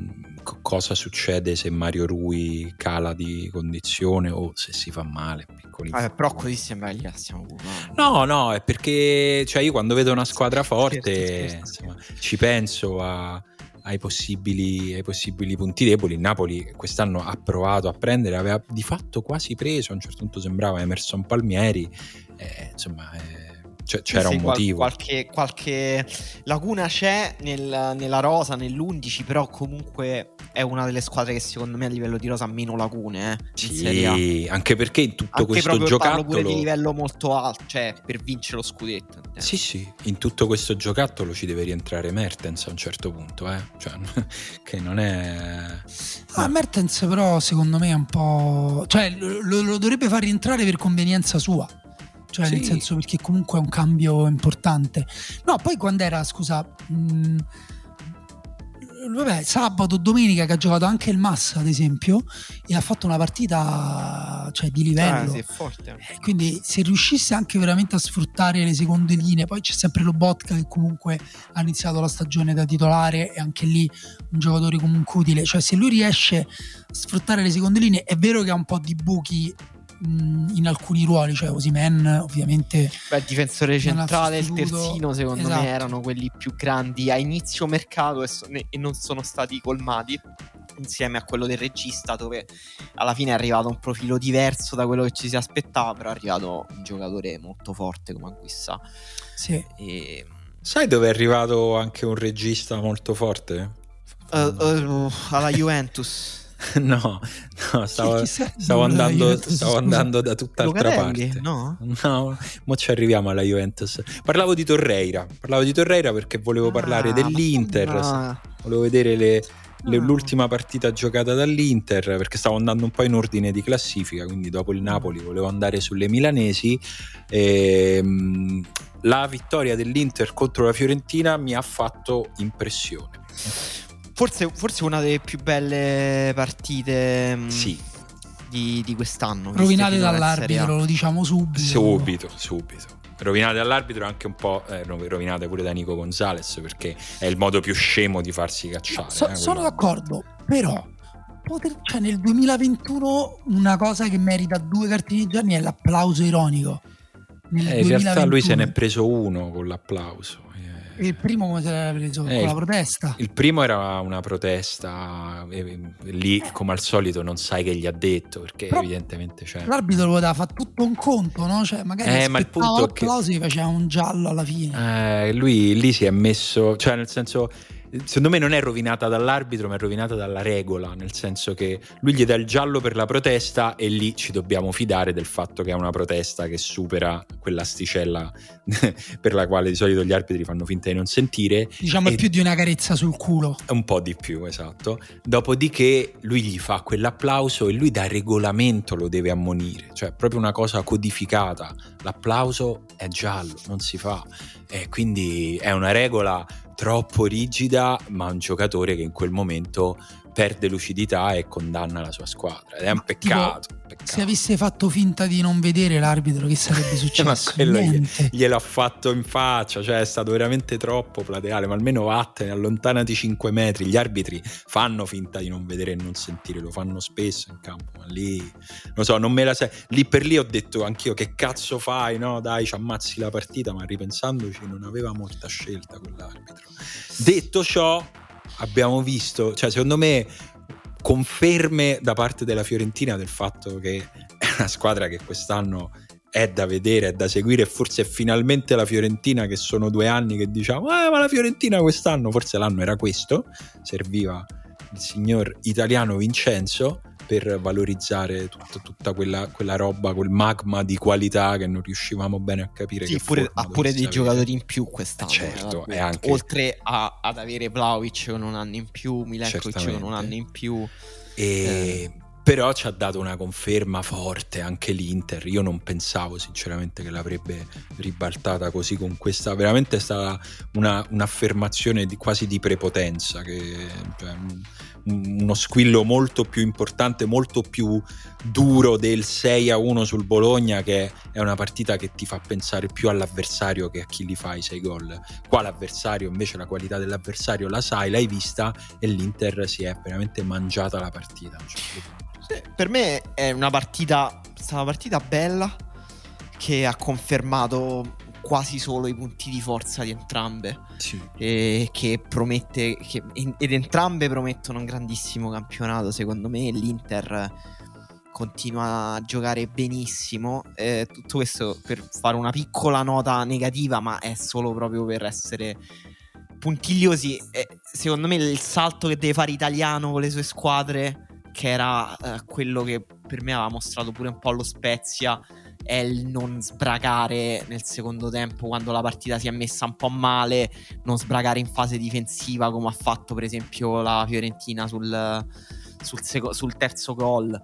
cosa succede se Mario Rui cala di condizione o se si fa male. Ah, però così sembra che stiamo No, no, è perché cioè io quando vedo una squadra forte scherzo, scherzo. Insomma, ci penso a ai possibili, ai possibili punti deboli. Il Napoli quest'anno ha provato a prendere, aveva di fatto quasi preso, a un certo punto sembrava Emerson Palmieri, eh, insomma eh, c- c'era sì, un motivo. Qualche, qualche lacuna c'è nel, nella rosa, nell'undici, però comunque è una delle squadre che secondo me a livello di rosa ha meno lacune. Eh, sì, anche perché in tutto anche questo giocattolo pure di livello molto alto, cioè per vincere lo scudetto. Intendo. Sì, sì, in tutto questo giocattolo ci deve rientrare Mertens a un certo punto, eh. Cioè, che non è... Ah, Mertens però secondo me è un po'... cioè lo, lo dovrebbe far rientrare per convenienza sua. Cioè sì. Nel senso perché comunque è un cambio importante. No, poi quando era, scusa... Mh, vabbè, sabato, domenica che ha giocato anche il Massa ad esempio e ha fatto una partita cioè di livello, ah, sì, è forte. Eh, quindi se riuscisse anche veramente a sfruttare le seconde linee, poi c'è sempre Lobotka che comunque ha iniziato la stagione da titolare e anche lì un giocatore comunque utile, cioè se lui riesce a sfruttare le seconde linee è vero che ha un po' di buchi in alcuni ruoli, cioè Osimhen ovviamente beh, il difensore centrale e il terzino secondo esatto. me erano quelli più grandi a inizio mercato e, so- e non sono stati colmati insieme a quello del regista, dove alla fine è arrivato un profilo diverso da quello che ci si aspettava, però è arrivato un giocatore molto forte come Anguissa. Sì. E... sai dove è arrivato anche un regista molto forte? Uh, uh, alla Juventus. No, no, stavo, stavo, andando, stavo andando da tutt'altra Locatelli, parte. No, no, mo ci arriviamo alla Juventus. Parlavo di Torreira, parlavo di Torreira perché volevo ah, parlare dell'Inter. No. Volevo vedere le, le, no. l'ultima partita giocata dall'Inter perché stavo andando un po' in ordine di classifica. Quindi dopo il Napoli volevo andare sulle milanesi. E, mh, la vittoria dell'Inter contro la Fiorentina mi ha fatto impressione. Forse, forse una delle più belle partite sì. di, di quest'anno. Rovinate dall'arbitro, lo diciamo subito. Subito, subito. Rovinate dall'arbitro anche un po', eh, rovinate pure da Nico Gonzalez perché è il modo più scemo di farsi cacciare. So, eh, sono d'accordo, però poter, cioè nel duemilaventuno una cosa che merita due cartine gialli è l'applauso ironico. Eh, in realtà lui se ne è preso uno con l'applauso. Il primo come se l'era preso? Eh, con la protesta? Il primo era una protesta e lì come al solito non sai che gli ha detto perché però evidentemente c'è. L'arbitro lo poteva fare tutto un conto, no? Cioè magari eh, ma il punto l'applauso che... gli faceva un giallo alla fine. Eh, lui lì si è messo, cioè nel senso secondo me non è rovinata dall'arbitro ma è rovinata dalla regola, nel senso che lui gli dà il giallo per la protesta e lì ci dobbiamo fidare del fatto che è una protesta che supera quell'asticella per la quale di solito gli arbitri fanno finta di non sentire, diciamo è più di una carezza sul culo, un po' di più, esatto. Dopodiché lui gli fa quell'applauso e lui da regolamento lo deve ammonire, cioè proprio una cosa codificata, l'applauso è giallo, non si fa, e quindi è una regola troppo rigida, ma un giocatore che in quel momento perde lucidità e condanna la sua squadra ed è un peccato, tipo, peccato. Se avesse fatto finta di non vedere l'arbitro, che sarebbe successo? Ma Niente. Gliel'ho fatto in faccia, cioè è stato veramente troppo plateale, ma almeno vattene, allontanati cinque metri. Gli arbitri fanno finta di non vedere e non sentire, lo fanno spesso in campo, ma lì non so, non me la sai. Lì per lì ho detto anch'io, che cazzo fai, no dai, ci ammazzi la partita, ma ripensandoci non aveva molta scelta quell'arbitro. Detto ciò, abbiamo visto, cioè secondo me conferme da parte della Fiorentina del fatto che è una squadra che quest'anno è da vedere, è da seguire, e forse è finalmente la Fiorentina che sono due anni che diciamo ah ma la Fiorentina quest'anno, forse l'anno era questo, serviva il signor italiano Vincenzo per valorizzare tutta, tutta quella, quella roba, quel magma di qualità che non riuscivamo bene a capire. Sì, che pure, ha pure dei avere. Giocatori in più quest'anno. Certo, eh, è anche... oltre a, ad avere Vlahovic con un anno in più, Milenkovic con un anno in più. E... Eh. Però ci ha dato una conferma forte anche l'Inter. Io non pensavo sinceramente che l'avrebbe ribaltata così, con questa, veramente è stata una, un'affermazione di, quasi di prepotenza, che, cioè, un, uno squillo molto più importante, molto più duro del sei a uno sul Bologna, che è una partita che ti fa pensare più all'avversario che a chi li fa i sei gol. Qua l'avversario, invece la qualità dell'avversario la sai, l'hai vista, e l'Inter si è veramente mangiata la partita a un certo punto. Per me è una partita, è stata una partita bella, che ha confermato quasi solo i punti di forza di entrambe, sì. E che promette che, ed entrambe promettono un grandissimo campionato secondo me. L'Inter continua a giocare benissimo, eh, tutto questo per fare una piccola nota negativa, ma è solo proprio per essere puntigliosi. Eh, secondo me il salto che deve fare Italiano con le sue squadre, che era uh, quello che per me aveva mostrato pure un po' lo Spezia, è il non sbragare nel secondo tempo quando la partita si è messa un po' male, non sbragare in fase difensiva come ha fatto per esempio la Fiorentina sul, sul, seco- sul terzo gol.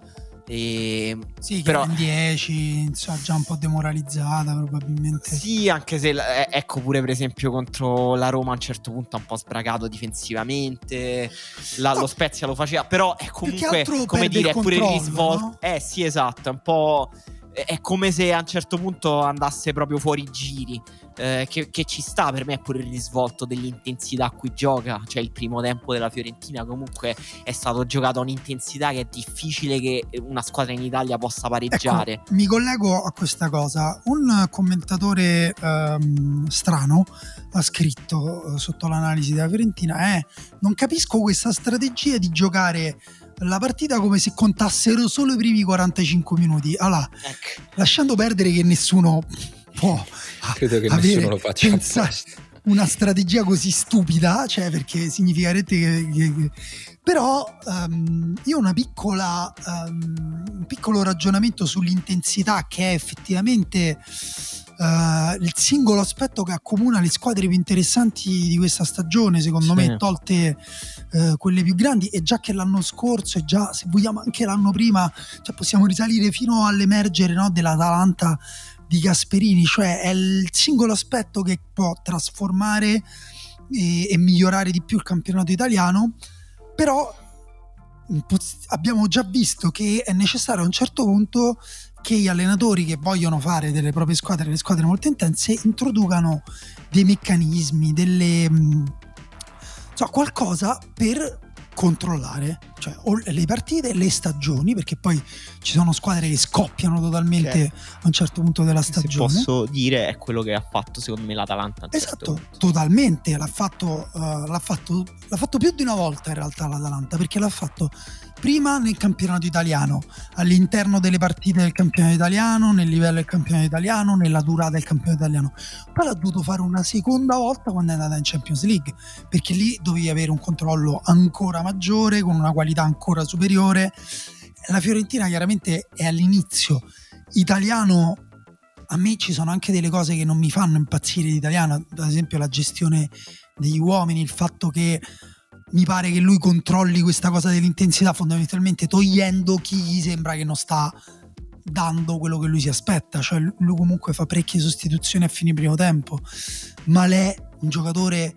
E sì, però che in dieci, insomma, già un po' demoralizzata probabilmente. Sì, anche se eh, ecco, pure per esempio contro la Roma a un certo punto ha un po' sbragato difensivamente. La, no, lo Spezia lo faceva, però è comunque, come dire, è pure il risvolto, no? Eh sì, esatto, è un po', è come se a un certo punto andasse proprio fuori giri, eh, che, che ci sta. Per me è pure il risvolto dell'intensità a cui gioca. Cioè il primo tempo della Fiorentina comunque è stato giocato a un'intensità che è difficile che una squadra in Italia possa pareggiare. Ecco, mi collego a questa cosa. Un commentatore ehm, strano ha scritto eh, sotto l'analisi della Fiorentina: eh, non capisco questa strategia di giocare la partita come se contassero solo i primi quarantacinque minuti. Allora, ecco, lasciando perdere che nessuno può, credo che nessuno lo faccia apposta, una strategia così stupida, cioè, perché significherebbe che, che, che... però um, io ho una piccola um, un piccolo ragionamento sull'intensità, che è effettivamente Uh, il singolo aspetto che accomuna le squadre più interessanti di questa stagione, secondo sì. me, tolte uh, quelle più grandi. E già che l'anno scorso, e già se vogliamo anche l'anno prima, cioè possiamo risalire fino all'emergere, no, dell'Atalanta di Gasperini, cioè è il singolo aspetto che può trasformare e, e migliorare di più il campionato italiano. Però abbiamo già visto che è necessario a un certo punto che gli allenatori che vogliono fare delle proprie squadre, delle squadre molto intense, introducano dei meccanismi, delle so, qualcosa per controllare, cioè le partite, le stagioni, perché poi ci sono squadre che scoppiano totalmente certo. a un certo punto della stagione. Se posso dire, è quello che ha fatto secondo me l'Atalanta. Esatto, totalmente, l'ha fatto, uh, l'ha fatto l'ha fatto più di una volta in realtà l'Atalanta, perché l'ha fatto prima nel campionato italiano, all'interno delle partite del campionato italiano, nel livello del campionato italiano, nella durata del campionato italiano. Poi l'ha dovuto fare una seconda volta quando è andata in Champions League, perché lì dovevi avere un controllo ancora maggiore, con una qualità ancora superiore. La Fiorentina chiaramente è all'inizio. Italiano, a me ci sono anche delle cose che non mi fanno impazzire di Italiano, ad esempio la gestione degli uomini, il fatto che mi pare che lui controlli questa cosa dell'intensità fondamentalmente togliendo chi gli sembra che non sta dando quello che lui si aspetta. Cioè lui comunque fa parecchie sostituzioni a fine primo tempo. Malè, un giocatore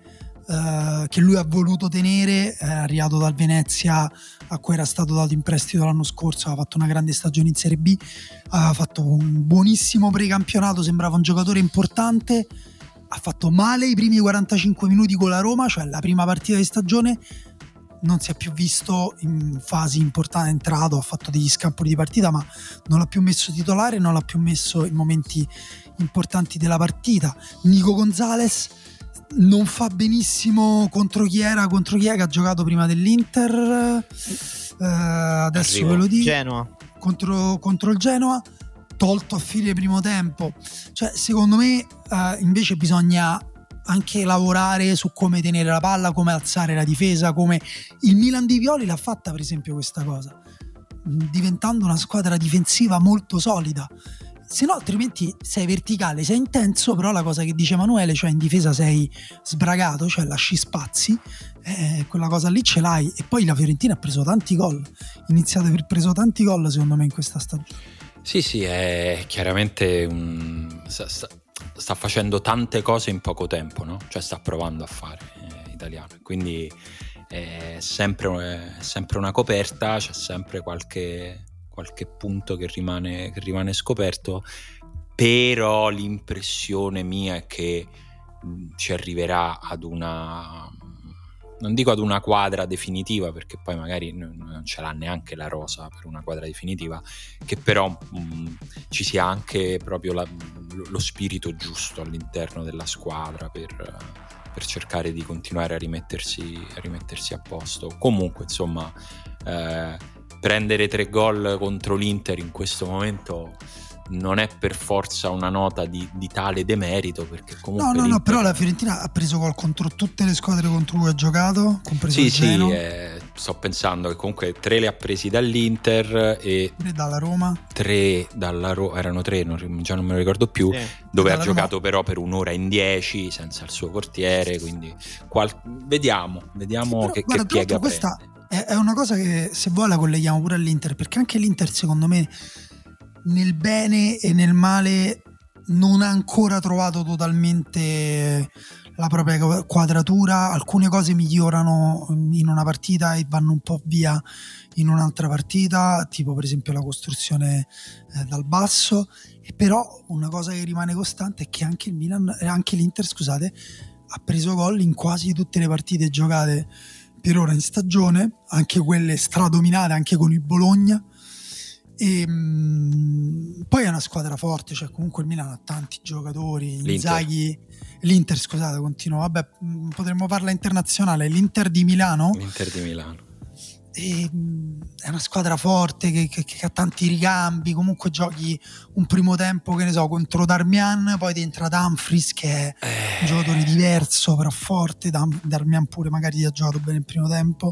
eh, che lui ha voluto tenere, è arrivato dal Venezia a cui era stato dato in prestito l'anno scorso, aveva fatto una grande stagione in Serie B, aveva fatto un buonissimo precampionato, sembrava un giocatore importante, ha fatto male i primi quarantacinque minuti con la Roma, cioè la prima partita di stagione, non si è più visto in fasi importanti, è entrato, ha fatto degli scampoli di partita ma non l'ha più messo titolare, non l'ha più messo in momenti importanti della partita. Nico Gonzalez non fa benissimo contro chi era, contro chi è che ha giocato prima dell'Inter, eh, adesso Arrivo. ve lo dico, Genoa. Contro, contro il Genoa, tolto a fine primo tempo. Cioè secondo me eh, invece bisogna anche lavorare su come tenere la palla, come alzare la difesa, come il Milan di Pioli l'ha fatta per esempio questa cosa, diventando una squadra difensiva molto solida, se no altrimenti sei verticale, sei intenso, però la cosa che dice Emanuele, cioè in difesa sei sbragato, cioè lasci spazi, eh, quella cosa lì ce l'hai. E poi la Fiorentina ha preso tanti gol, iniziato ad aver preso tanti gol secondo me in questa stagione. Sì sì, è chiaramente un... sta, sta, sta facendo tante cose in poco tempo, no? Cioè sta provando a fare eh, italiano, quindi è sempre, è sempre una coperta, c'è sempre qualche qualche punto che rimane, che rimane scoperto, però l'impressione mia è che ci arriverà ad una, non dico ad una quadra definitiva, perché poi magari non ce l'ha neanche la rosa per una quadra definitiva, che però mh, ci sia anche proprio la, lo spirito giusto all'interno della squadra per, per cercare di continuare a rimettersi, a rimettersi a posto. Comunque insomma eh, prendere tre gol contro l'Inter in questo momento non è per forza una nota di, di tale demerito, perché comunque no no l'Inter... no però la Fiorentina ha preso gol contro tutte le squadre contro cui ha giocato, compreso sì il Genoa. sì eh, sto pensando che comunque tre le ha presi dall'Inter e tre dalla Roma, tre dalla Roma, erano tre, non, già non me lo ricordo più, sì. Dove ha giocato Roma... però per un'ora in dieci senza il suo portiere, quindi qual... vediamo vediamo sì, però, che, guarda, che piega questa prende. È una cosa che se vuoi la colleghiamo pure all'Inter, perché anche l'Inter secondo me nel bene e nel male non ha ancora trovato totalmente la propria quadratura. Alcune cose migliorano in una partita e vanno un po' via in un'altra partita, tipo per esempio la costruzione eh, dal basso, e però una cosa che rimane costante è che anche il Milan, anche l'Inter scusate ha preso gol in quasi tutte le partite giocate per ora in stagione, anche quelle stradominate, anche con il Bologna. E mh, poi è una squadra forte, cioè comunque il Milan ha tanti giocatori. Inzaghi, l'Inter scusate continuo, vabbè mh, potremmo farla internazionale, l'Inter di Milano l'Inter di Milano e, mh, è una squadra forte che, che, che ha tanti ricambi, comunque giochi un primo tempo che ne so contro Darmian, poi ti entra Dumfries che è eh. un giocatore diverso però forte. Darmian pure magari ha giocato bene il primo tempo.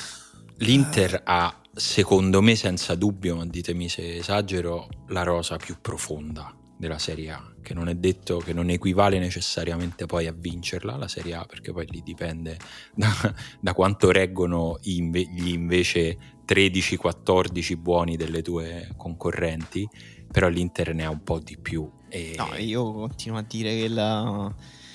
L'Inter eh. ha secondo me senza dubbio, ma ditemi se esagero, la rosa più profonda della Serie A, che non è detto, che non equivale necessariamente poi a vincerla la Serie A, perché poi lì dipende da, da quanto reggono inve- gli invece tredici quattordici buoni delle tue concorrenti, però l'Inter ne ha un po' di più e... No, io continuo a dire che la...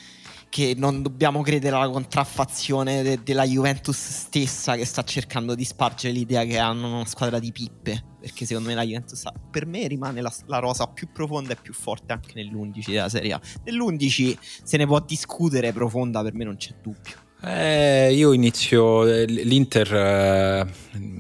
che non dobbiamo credere alla contraffazione de- della Juventus stessa, che sta cercando di spargere l'idea che hanno una squadra di pippe, perché secondo me la Juventus ha, per me rimane la, la rosa più profonda e più forte anche nell'undici della Serie A. Nell'undici se ne può discutere, profonda per me non c'è dubbio. Eh, io inizio l'Inter eh,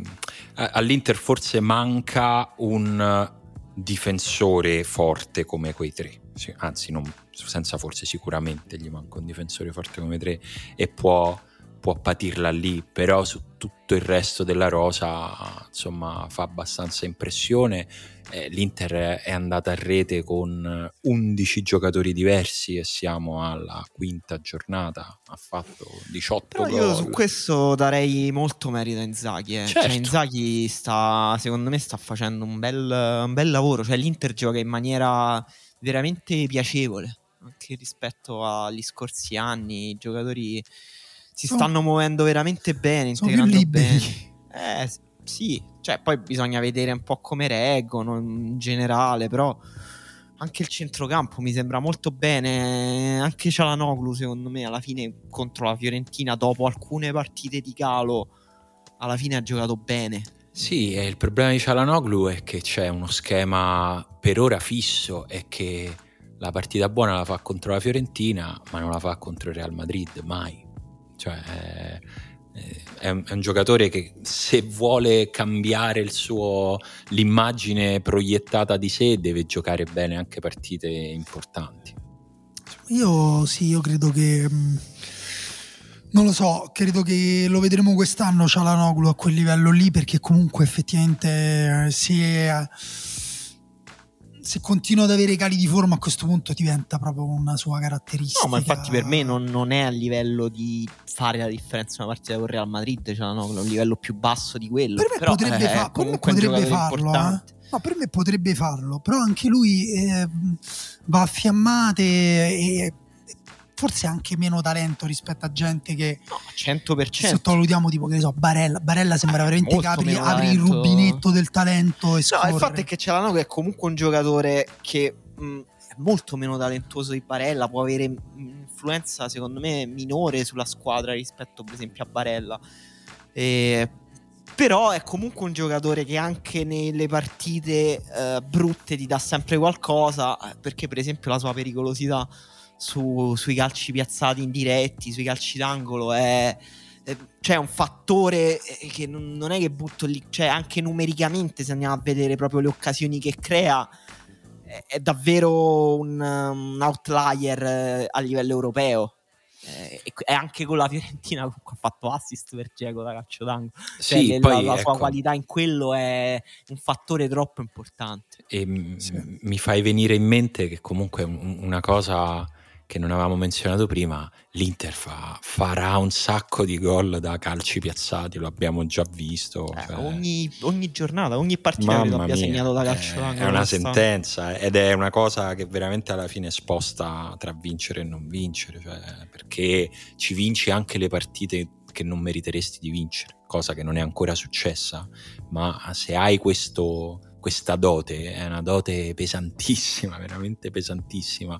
all'Inter forse manca un difensore forte come quei tre, anzi non, senza forse sicuramente gli manca un difensore forte come tre e può, può patirla lì, però su tutto il resto della rosa insomma fa abbastanza impressione. eh, l'Inter è andata a rete con undici giocatori diversi e siamo alla quinta giornata, ha fatto diciotto però gol. Io su questo darei molto merito a Inzaghi, eh. Certo. Cioè Inzaghi sta, secondo me sta facendo un bel, un bel lavoro, cioè l'Inter gioca in maniera veramente piacevole anche rispetto agli scorsi anni, i giocatori si sono, stanno muovendo veramente bene, sono integrando più liberi. bene. Eh sì, cioè poi bisogna vedere un po' come reggono in generale, però anche il centrocampo mi sembra molto bene, anche Çalhanoğlu secondo me alla fine contro la Fiorentina dopo alcune partite di calo alla fine ha giocato bene. Sì, e il problema di Çalhanoğlu è che c'è uno schema per ora fisso, è che la partita buona la fa contro la Fiorentina ma non la fa contro il Real Madrid mai, cioè è, è, un, è un giocatore che se vuole cambiare il suo l'immagine proiettata di sé deve giocare bene anche partite importanti. Io sì, io credo che non lo so, credo che lo vedremo quest'anno Çalhanoğlu a quel livello lì, perché comunque effettivamente se, se continua ad avere cali di forma a questo punto diventa proprio una sua caratteristica. No, ma infatti per me non, non è a livello di fare la differenza in una partita con Real Madrid, Çalhanoğlu è un livello più basso di quello. Per me però potrebbe, fa- per me potrebbe farlo, eh? No, per me potrebbe farlo, però anche lui eh, va a fiammate e forse anche meno talento rispetto a gente che no, cento per cento sottovalutiamo, tipo che ne so, Barella Barella sembra veramente che apri, apri il rubinetto del talento e scorre. No, il fatto è che Çalhanoğlu è comunque un giocatore che mh, è molto meno talentuoso di Barella, può avere influenza secondo me minore sulla squadra rispetto per esempio a Barella, e però è comunque un giocatore che anche nelle partite uh, brutte ti dà sempre qualcosa, perché per esempio la sua pericolosità Su, sui calci piazzati indiretti, sui calci d'angolo è, è cioè un fattore che non, non è che butto lì, cioè anche numericamente se andiamo a vedere proprio le occasioni che crea è, è davvero un, un outlier a livello europeo. Eh, e anche con la Fiorentina comunque ha fatto assist per Dzeko da calcio d'angolo, cioè, sì, le, poi, la, la sua ecco, qualità in quello è un fattore troppo importante. E sì. m- mi fai venire in mente che comunque un, una cosa che non avevamo menzionato prima, l'Inter fa, farà un sacco di gol da calci piazzati, lo abbiamo già visto. Eh, cioè... ogni, ogni giornata, ogni partita che abbia segnato da calcio è, d'angolo. È una sentenza ed è una cosa che veramente alla fine sposta tra vincere e non vincere, cioè, perché ci vinci anche le partite che non meriteresti di vincere, cosa che non è ancora successa, ma se hai questo... questa dote è una dote pesantissima, veramente pesantissima.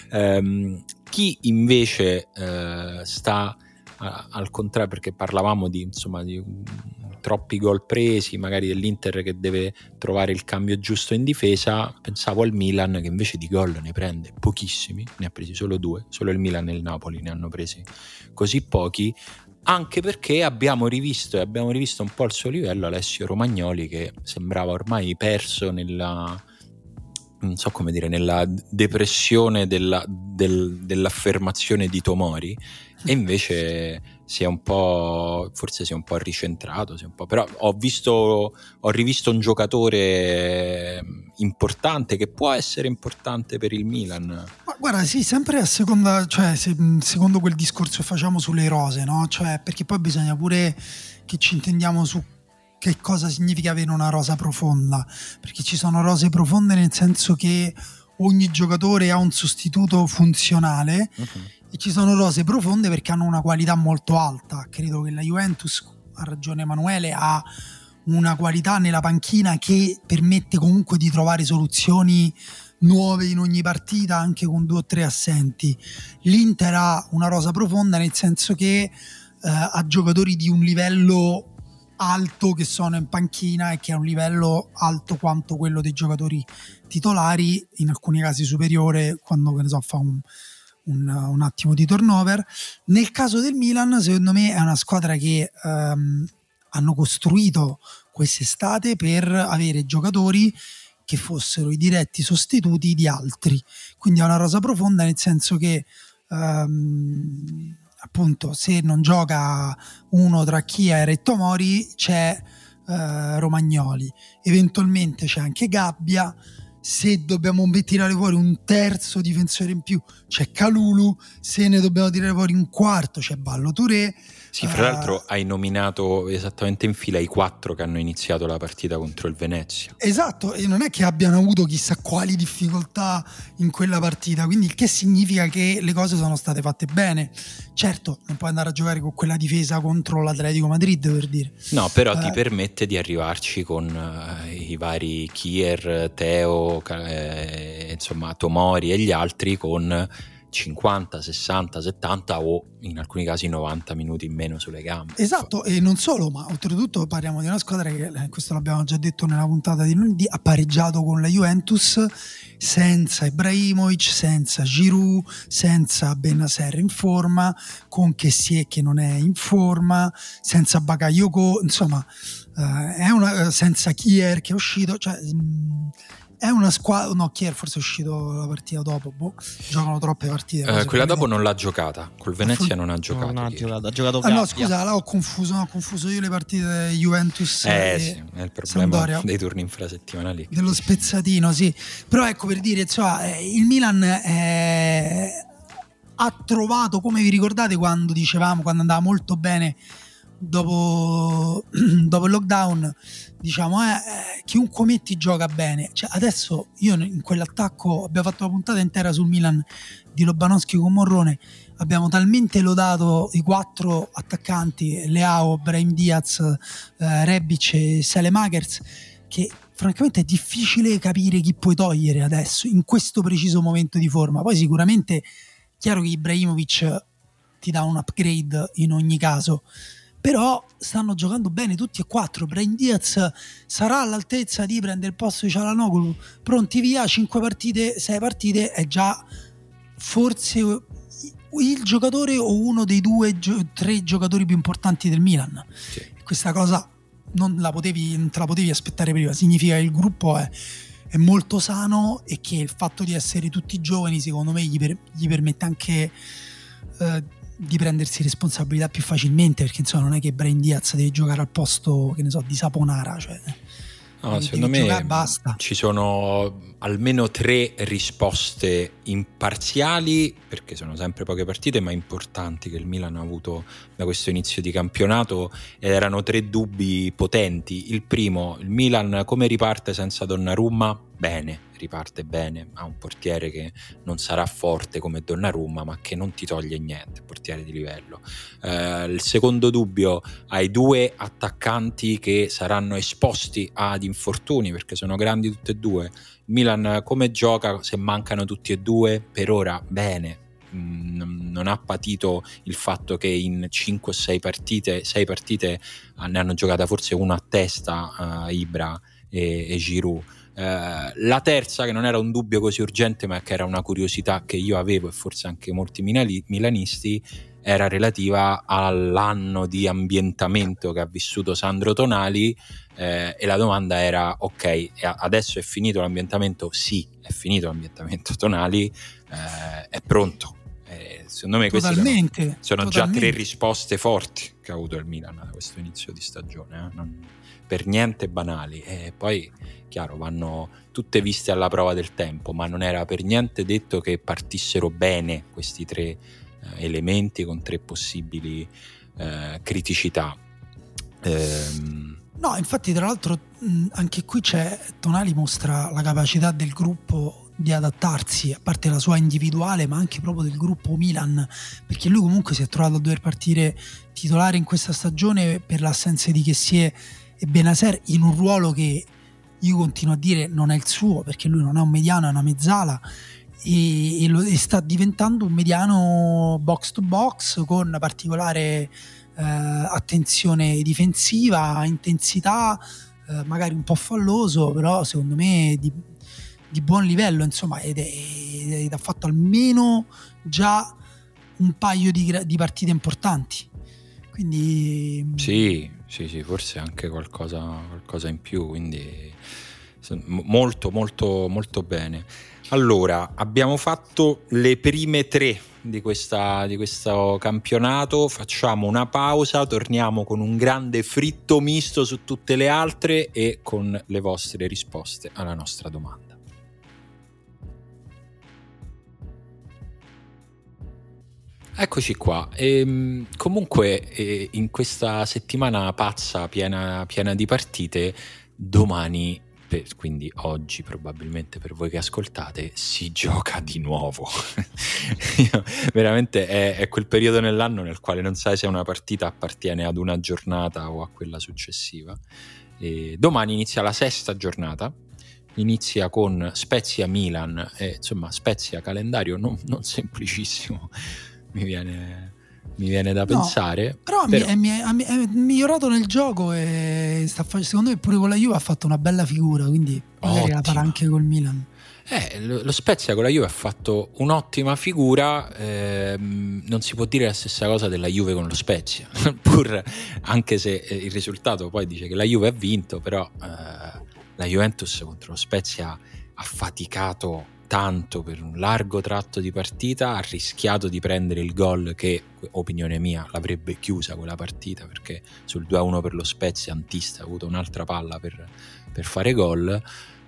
Um, chi invece uh, sta uh, al contrario, perché parlavamo di insomma di um, troppi gol presi, magari dell'Inter che deve trovare il cambio giusto in difesa, pensavo al Milan che invece di gol ne prende pochissimi, ne ha presi solo due, solo il Milan e il Napoli ne hanno presi così pochi, anche perché abbiamo rivisto e abbiamo rivisto un po' il suo livello Alessio Romagnoli, che sembrava ormai perso nella, non so come dire, nella depressione della, del, dell'affermazione di Tomori, e invece si è un po', forse si è un po' ricentrato, si è un po', però ho visto, ho rivisto un giocatore importante, che può essere importante per il Milan. Ma guarda, sì, sempre a seconda, cioè se, secondo quel discorso che facciamo sulle rose, no? Cioè, perché poi bisogna pure che ci intendiamo su che cosa significa avere una rosa profonda, perché ci sono rose profonde nel senso che ogni giocatore ha un sostituto funzionale, uh-huh. e ci sono rose profonde perché hanno una qualità molto alta. Credo che la Juventus, ha ragione Emanuele, ha una qualità nella panchina che permette comunque di trovare soluzioni nuove in ogni partita, anche con due o tre assenti. L'Inter ha una rosa profonda nel senso che eh, ha giocatori di un livello alto che sono in panchina e che ha un livello alto quanto quello dei giocatori titolari, in alcuni casi superiore quando, che ne so, fa un, un, un attimo di turnover. Nel caso del Milan, secondo me è una squadra che ehm, hanno costruito quest'estate per avere giocatori che fossero i diretti sostituti di altri, quindi è una rosa profonda nel senso che ehm, appunto se non gioca uno tra Chier e Tomori c'è eh, Romagnoli, eventualmente c'è anche Gabbia, se dobbiamo tirare fuori un terzo difensore in più c'è Kalulu, se ne dobbiamo tirare fuori un quarto c'è Ballo Touré. Sì, fra l'altro hai nominato esattamente in fila i quattro che hanno iniziato la partita contro il Venezia. Esatto, e non è che abbiano avuto chissà quali difficoltà in quella partita, quindi il che significa che le cose sono state fatte bene. Certo, non puoi andare a giocare con quella difesa contro l'Atletico Madrid, per dire. No, però eh, ti permette di arrivarci con uh, i vari Kier, Teo, eh, insomma Tomori e gli altri con cinquanta, sessanta, settanta o in alcuni casi novanta minuti in meno sulle gambe. Esatto, e non solo, ma oltretutto parliamo di una squadra che, questo l'abbiamo già detto nella puntata di lunedì, ha pareggiato con la Juventus senza Ibrahimovic, senza Giroud, senza Bennacer in forma, con Kessie che non è in forma, senza Bakayoko, insomma uh, è una, senza Kier che è uscito, cioè mh, è una squadra, no, Kier forse è uscito la partita dopo, boh, giocano troppe partite. Eh, quella dopo non l'ha giocata, col Venezia non ha giocato. Non ha giocato, ha giocato ah, no, scusa, là ho confuso, no, ho confuso io le partite Juventus eh, e sì, è il problema Sampdoria, dei turni infrasettimanali. Dello spezzatino, sì. Però ecco, per dire, insomma, il Milan è... ha trovato, come vi ricordate quando dicevamo, quando andava molto bene dopo, dopo il lockdown, diciamo eh, eh, chiunque metti gioca bene, cioè, adesso io in quell'attacco abbiamo fatto una puntata intera sul Milan di Lobanowski con Morrone, abbiamo talmente lodato i quattro attaccanti, Leao, Brahim Diaz, eh, Rebic e Selemakers, che francamente è difficile capire chi puoi togliere adesso in questo preciso momento di forma. Poi sicuramente chiaro che Ibrahimovic ti dà un upgrade in ogni caso, però stanno giocando bene tutti e quattro. Brahim Diaz sarà all'altezza di prendere il posto di Çalhanoğlu, pronti via, cinque partite, sei partite, è già forse il giocatore o uno dei due, tre giocatori più importanti del Milan. Sì. Questa cosa non la potevi, non te la potevi aspettare prima, significa che il gruppo è, è molto sano e che il fatto di essere tutti giovani secondo me gli, per, gli permette anche eh, di prendersi responsabilità più facilmente, perché insomma non è che Brahim Diaz deve giocare al posto, che ne so, di Saponara, cioè no, secondo me giocare, basta. Ci sono almeno tre risposte imparziali, perché sono sempre poche partite ma importanti che il Milan ha avuto da questo inizio di campionato, ed erano tre dubbi potenti. Il primo, il Milan come riparte senza Donnarumma? Bene, riparte bene, ha un portiere che non sarà forte come Donnarumma ma che non ti toglie niente, portiere di livello. Eh, il secondo dubbio, hai due attaccanti che saranno esposti ad infortuni perché sono grandi tutti e due. Milan come gioca se mancano tutti e due? Per ora bene, mm, non ha patito il fatto che in cinque o sei partite, sei partite ne hanno giocata forse una a testa, uh, Ibra e, e Giroud. Uh, la terza, che non era un dubbio così urgente ma che era una curiosità che io avevo e forse anche molti milani- milanisti, era relativa all'anno di ambientamento che ha vissuto Sandro Tonali, eh, e la domanda era: ok, adesso è finito l'ambientamento? Sì, è finito l'ambientamento. Tonali eh, è pronto. Eh, secondo me queste totalmente, sono, sono totalmente. già tre risposte forti che ha avuto il Milan da questo inizio di stagione, eh? Non, per niente banali. E poi chiaro, vanno tutte viste alla prova del tempo, ma non era per niente detto che partissero bene questi tre eh, elementi con tre possibili eh, criticità. Ehm, No, infatti tra l'altro mh, anche qui c'è, Tonali mostra la capacità del gruppo di adattarsi, a parte la sua individuale ma anche proprio del gruppo Milan, perché lui comunque si è trovato a dover partire titolare in questa stagione per l'assenza di Kessie e Bennacer in un ruolo che io continuo a dire non è il suo, perché lui non è un mediano, è una mezzala, e, e, lo, e sta diventando un mediano box to box con particolare eh, attenzione difensiva, intensità, eh, magari un po' falloso, però secondo me di, di buon livello, insomma, ed, è, ed ha fatto almeno già un paio di, di partite importanti. Quindi sì, sì, sì, forse anche qualcosa, qualcosa in più, quindi molto, molto, molto bene. Allora, abbiamo fatto le prime tre di, questa, di questo campionato, facciamo una pausa, torniamo con un grande fritto misto su tutte le altre e con le vostre risposte alla nostra domanda. Eccoci qua. E, comunque eh, in questa settimana pazza piena, piena di partite, domani, per, quindi oggi probabilmente per voi che ascoltate, si gioca di nuovo. Veramente è, è quel periodo nell'anno nel quale non sai se una partita appartiene ad una giornata o a quella successiva. E domani inizia la sesta giornata, inizia con Spezia-Milan, e insomma Spezia calendario non, non semplicissimo, mi viene, mi viene da no, pensare. Però, però... È, è, è, è migliorato nel gioco e sta facendo, secondo me pure con la Juve ha fatto una bella figura, quindi magari la farà anche col Milan. Eh, lo Spezia con la Juve ha fatto un'ottima figura, ehm, non si può dire la stessa cosa della Juve con lo Spezia, pur anche se il risultato poi dice che la Juve ha vinto, però eh, la Juventus contro lo Spezia ha faticato tanto per un largo tratto di partita, ha rischiato di prendere il gol che, opinione mia, l'avrebbe chiusa quella partita, perché sul due a uno per lo Spezia Antista ha avuto un'altra palla per, per fare gol.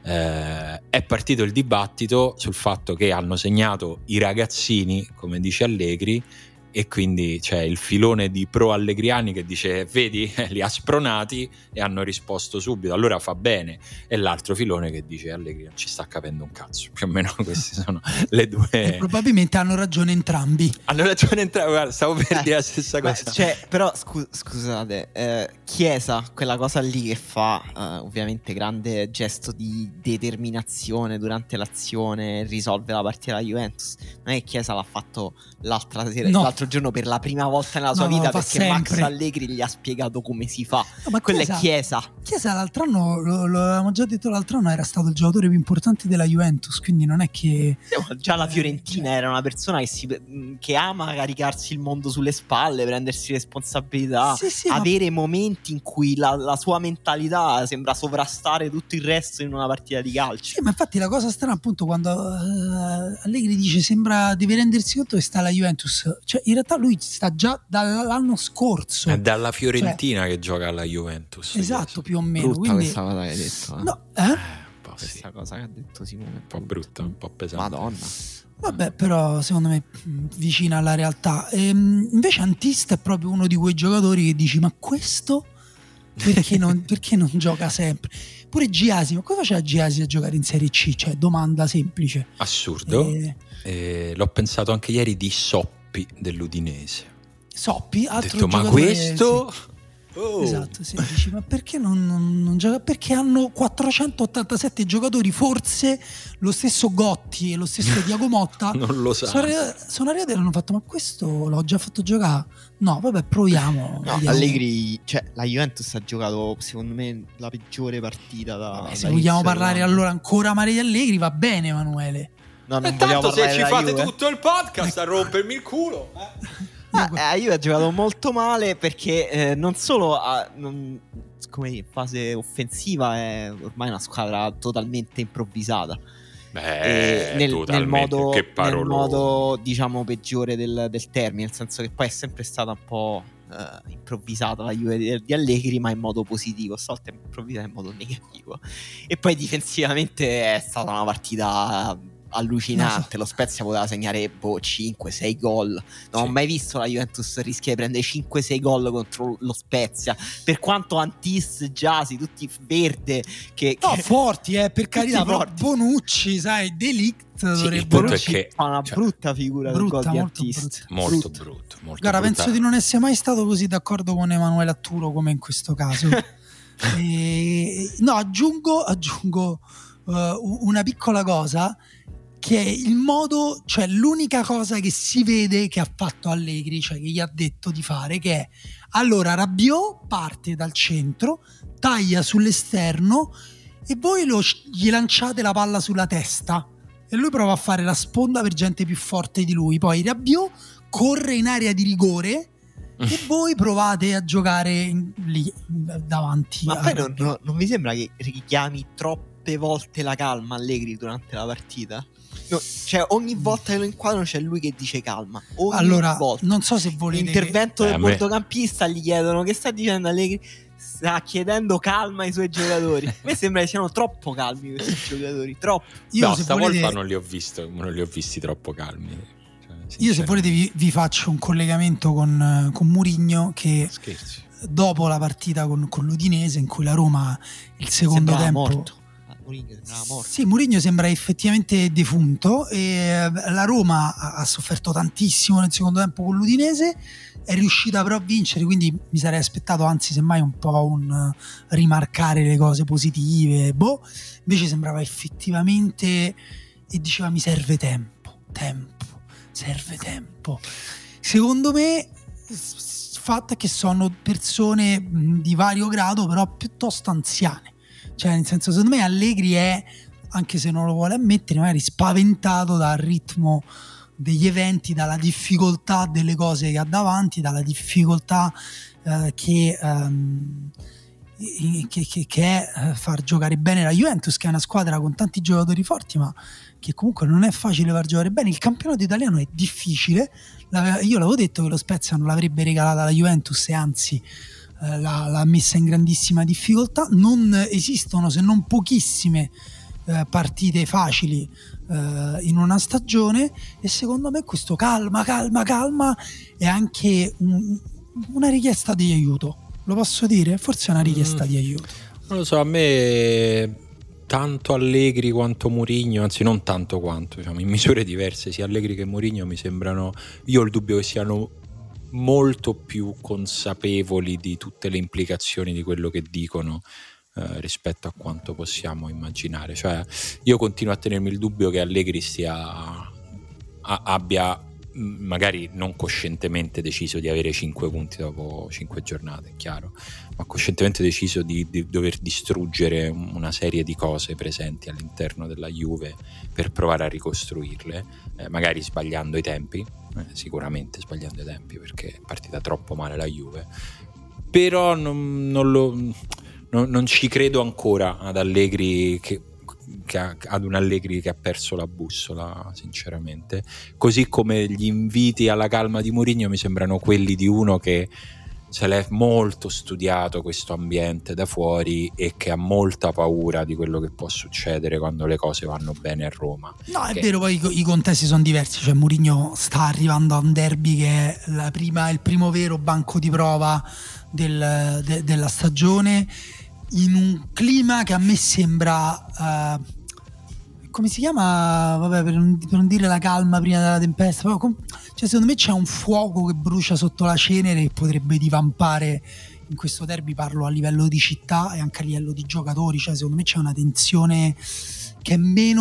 Eh, è partito il dibattito sul fatto che hanno segnato i ragazzini, come dice Allegri, e quindi c'è il filone di pro allegriani che dice vedi, li ha spronati e hanno risposto subito, allora fa bene, e l'altro filone che dice Allegri non ci sta capendo un cazzo. Più o meno queste sono le due, e probabilmente hanno ragione entrambi hanno ragione entrambi. Guarda, stavo per eh, dire la stessa cosa. Beh, cioè, però scu- scusate eh, Chiesa, quella cosa lì che fa eh, ovviamente grande gesto di determinazione durante l'azione, risolve la partita della Juventus, non è che Chiesa l'ha fatto l'altra sera, no. l'altro giorno per la prima volta nella sua no, vita, perché sempre. Max Allegri gli ha spiegato come si fa. No, ma quella Chiesa, è Chiesa. Chiesa l'altro anno, lo, lo avevamo già detto l'altro anno, era stato il giocatore più importante della Juventus, quindi non è che già la Fiorentina era una persona che, si, che ama caricarsi il mondo sulle spalle, prendersi responsabilità, sì, sì, avere ma... momenti in cui la, la sua mentalità sembra sovrastare tutto il resto in una partita di calcio. Sì, ma infatti la cosa strana appunto quando uh, Allegri dice sembra deve rendersi conto che sta la Juventus, cioè in realtà lui sta già dall'anno scorso, è dalla Fiorentina, cioè, che gioca alla Juventus, esatto, più o meno. Brutta quindi... questa cosa che hai detto eh? no, eh? po' questa sì. cosa che ha detto Simone, un po' brutta, un po' pesante. Madonna. Vabbè, però secondo me vicina alla realtà. Ehm, invece Antista è proprio uno di quei giocatori che dici ma questo perché non, perché non gioca sempre? Pure Giasi, ma come faceva Giasi a giocare in Serie C? Cioè, domanda semplice. Assurdo. Eh, eh, l'ho pensato anche ieri di Soppi dell'Udinese. Soppi, altro ho detto, giocatore, ma questo... Sì. Oh. Esatto, sì, dici, ma perché non, non, non gioca? Perché hanno quattrocentottantasette giocatori, forse lo stesso Gotti e lo stesso Diago Motta non lo sa. Sono, sono arrivati e hanno fatto, ma questo l'ho già fatto giocare? No, vabbè, proviamo. No, Allegri, cioè la Juventus ha giocato secondo me la peggiore partita da, vabbè, se vogliamo parlare dell'anno. Allora ancora male di Allegri, va bene Emanuele. No, non e tanto se ci fate Juve. tutto il podcast a rompermi il culo eh. Ah, eh, io ho giocato molto male perché eh, non solo a, non, come in fase offensiva è ormai una squadra totalmente improvvisata. Beh, nel, totalmente, nel modo, che nel modo diciamo peggiore del, del termine, nel senso che poi è sempre stata un po' eh, improvvisata la Juve di, di Allegri, ma in modo positivo, stavolta è improvvisata in modo negativo. E poi difensivamente è stata una partita allucinante. Lo Spezia poteva segnare boh, cinque sei gol. Non sì. ho mai visto la Juventus rischia di prendere cinque sei gol contro lo Spezia, per quanto Antis, Giasi, tutti Verde che, no, che... forti eh, per carità, però Bonucci, sai, Delict sì, il punto è che fa una cioè, brutta figura brutta, del molto Antis. Brutta. molto brutto, brutto molto guarda, brutta. penso di non essere mai stato così d'accordo con Emanuele Atturo come in questo caso. e, no, aggiungo aggiungo uh, una piccola cosa, che è il modo, cioè l'unica cosa che si vede che ha fatto Allegri, cioè che gli ha detto di fare, che è allora Rabiot parte dal centro, taglia sull'esterno e voi lo, gli lanciate la palla sulla testa e lui prova a fare la sponda per gente più forte di lui, poi Rabiot corre in area di rigore e voi provate a giocare in, lì davanti. Ma poi non, non, non vi sembra che richiami troppe volte la calma Allegri durante la partita? No, cioè ogni volta che lo inquadrano c'è lui che dice calma. Ogni allora volta. non so se volete l'intervento che... del eh, bordocampista gli chiedono che sta dicendo Allegri, sta chiedendo calma ai suoi giocatori. A me sembra che siano troppo calmi questi giocatori, troppo. Io no, se stavolta volete... non li ho visto, non li ho visti troppo calmi. Cioè, io se volete vi, vi faccio un collegamento con, con Mourinho che Scherzi. Dopo la partita con, con l'Udinese in cui la Roma il secondo sembrava tempo morto. Mourinho sembrava morto. Sì, Mourinho sembra effettivamente defunto e la Roma ha sofferto tantissimo nel secondo tempo con l'Udinese, è riuscita però a vincere, quindi mi sarei aspettato anzi semmai un po' un rimarcare le cose positive, boh, invece sembrava effettivamente, e diceva mi serve tempo, tempo, serve tempo. Secondo me il fatto è che sono persone di vario grado però piuttosto anziane, cioè nel senso, secondo me Allegri è, anche se non lo vuole ammettere, magari spaventato dal ritmo degli eventi, dalla difficoltà delle cose che ha davanti, dalla difficoltà eh, che, ehm, che, che, che è far giocare bene la Juventus, che è una squadra con tanti giocatori forti ma che comunque non è facile far giocare bene. Il campionato italiano è difficile, io l'avevo detto che lo Spezia non l'avrebbe regalata alla Juventus e anzi eh, l'ha, l'ha messa in grandissima difficoltà. Non esistono se non pochissime eh, partite facili eh, in una stagione, e secondo me questo calma calma calma è anche un, una richiesta di aiuto, lo posso dire? Forse è una richiesta mm, di aiuto, non lo so, a me tanto Allegri quanto Mourinho, anzi non tanto quanto, diciamo, in misure diverse, sia Allegri che Mourinho mi sembrano, io ho il dubbio che siano molto più consapevoli di tutte le implicazioni di quello che dicono eh, rispetto a quanto possiamo immaginare. Cioè io continuo a tenermi il dubbio che Allegri stia a, abbia magari non coscientemente deciso di avere cinque punti dopo cinque giornate, è chiaro, ma coscientemente deciso di, di dover distruggere una serie di cose presenti all'interno della Juve per provare a ricostruirle, eh, magari sbagliando i tempi, eh, sicuramente sbagliando i tempi perché è partita troppo male la Juve, però non, non, lo, non, non ci credo ancora ad Allegri che Che ha, ad un Allegri che ha perso la bussola, sinceramente, così come gli inviti alla calma di Mourinho mi sembrano quelli di uno che se l'è molto studiato questo ambiente da fuori e che ha molta paura di quello che può succedere quando le cose vanno bene a Roma. No, è che... vero, poi i contesti sono diversi, cioè Mourinho sta arrivando a un derby che è la prima, il primo vero banco di prova del, de, della stagione, in un clima che a me sembra uh, come si chiama, vabbè, per non, per non dire la calma prima della tempesta, però, com- cioè secondo me c'è un fuoco che brucia sotto la cenere che potrebbe divampare in questo derby, parlo a livello di città e anche a livello di giocatori, cioè secondo me c'è una tensione che è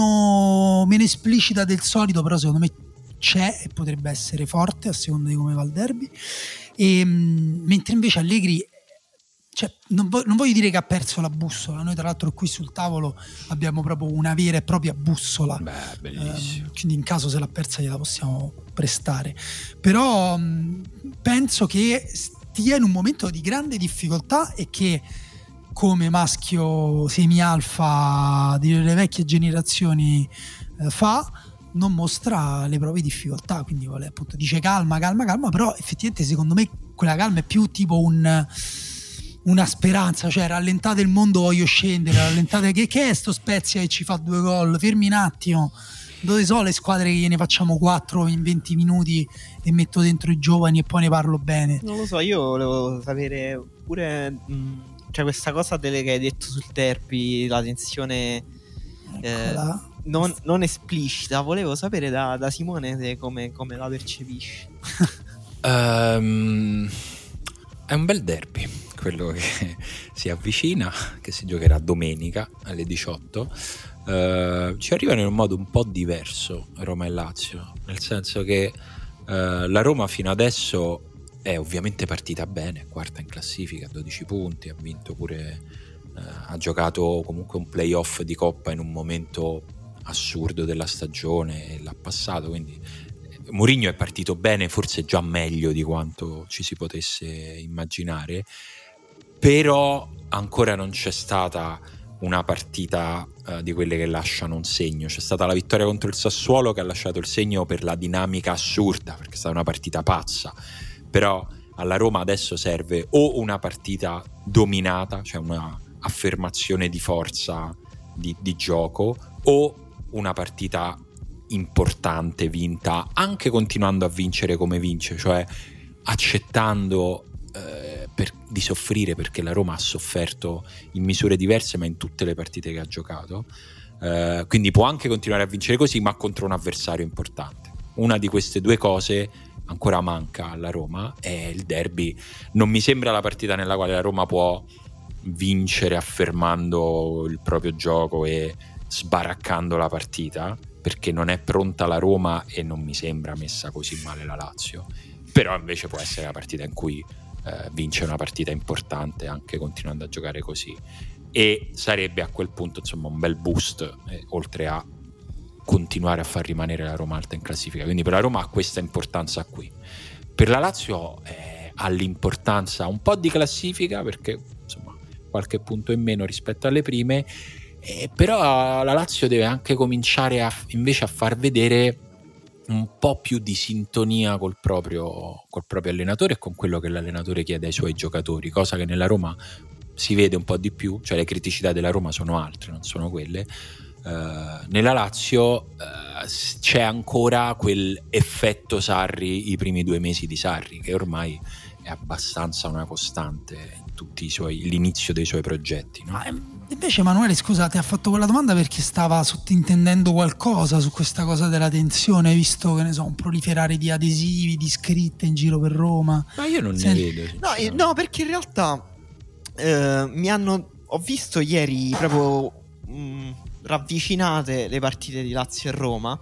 meno, meno esplicita del solito, però secondo me c'è e potrebbe essere forte a seconda di come va il derby, e, mh, mentre invece Allegri, cioè, non, vo- non voglio dire che ha perso la bussola, noi tra l'altro qui sul tavolo abbiamo proprio una vera e propria bussola. Beh, bellissimo. Eh, quindi in caso se l'ha persa gliela possiamo prestare, però mh, penso che stia in un momento di grande difficoltà e che, come maschio semi-alfa delle vecchie generazioni eh, fa, non mostra le proprie difficoltà, quindi vuole, appunto, dice calma calma calma, però effettivamente secondo me quella calma è più tipo un una speranza, cioè rallentate il mondo, voglio scendere, rallentate, che, che è sto Spezia che ci fa due gol, fermi un attimo, dove sono le squadre che gliene facciamo quattro in venti minuti e metto dentro i giovani e poi ne parlo bene? Non lo so, io volevo sapere pure mh, cioè questa cosa delle che hai detto sul derby, la tensione eh, non, non esplicita, volevo sapere da, da Simone se come, come la percepisci. um, è un bel derby quello che si avvicina, che si giocherà domenica alle diciotto. Uh, ci arrivano in un modo un po' diverso Roma e Lazio, nel senso che uh, la Roma fino adesso è ovviamente partita bene, quarta in classifica, dodici punti, ha vinto pure, uh, ha giocato comunque un playoff di Coppa in un momento assurdo della stagione e l'ha passato, quindi Mourinho è partito bene, forse già meglio di quanto ci si potesse immaginare, però ancora non c'è stata una partita uh, di quelle che lasciano un segno. C'è stata la vittoria contro il Sassuolo che ha lasciato il segno per la dinamica assurda, perché è stata una partita pazza, però alla Roma adesso serve o una partita dominata, cioè una affermazione di forza di, di gioco, o una partita importante vinta, anche continuando a vincere come vince, cioè accettando eh, per, di soffrire, perché la Roma ha sofferto in misure diverse ma in tutte le partite che ha giocato, uh, quindi può anche continuare a vincere così, ma contro un avversario importante. Una di queste due cose ancora manca alla Roma, è il derby. Non mi sembra la partita nella quale la Roma può vincere affermando il proprio gioco e sbaraccando la partita, perché non è pronta la Roma e non mi sembra messa così male la Lazio. Però invece può essere la partita in cui eh, vince una partita importante anche continuando a giocare così, e sarebbe a quel punto insomma un bel boost, eh, oltre a continuare a far rimanere la Roma alta in classifica. Quindi per la Roma ha questa importanza qui. Per la Lazio eh, ha l'importanza un po' di classifica, perché insomma qualche punto in meno rispetto alle prime, eh, però la Lazio deve anche cominciare a, invece a far vedere un po' più di sintonia col proprio, col proprio allenatore e con quello che l'allenatore chiede ai suoi giocatori, cosa che nella Roma si vede un po' di più, cioè le criticità della Roma sono altre, non sono quelle. Uh, nella Lazio uh, c'è ancora quel effetto Sarri, i primi due mesi di Sarri, che ormai è abbastanza una costante in tutti i suoi, l'inizio dei suoi progetti, no? Ma invece Emanuele, scusate, ha fatto quella domanda perché stava sottintendendo qualcosa su questa cosa della tensione, visto che ne so, un proliferare di adesivi, di scritte in giro per Roma. Ma io non Sen- ne vedo. No, eh, no, perché in realtà eh, mi hanno ho visto ieri proprio mh, ravvicinate le partite di Lazio e Roma,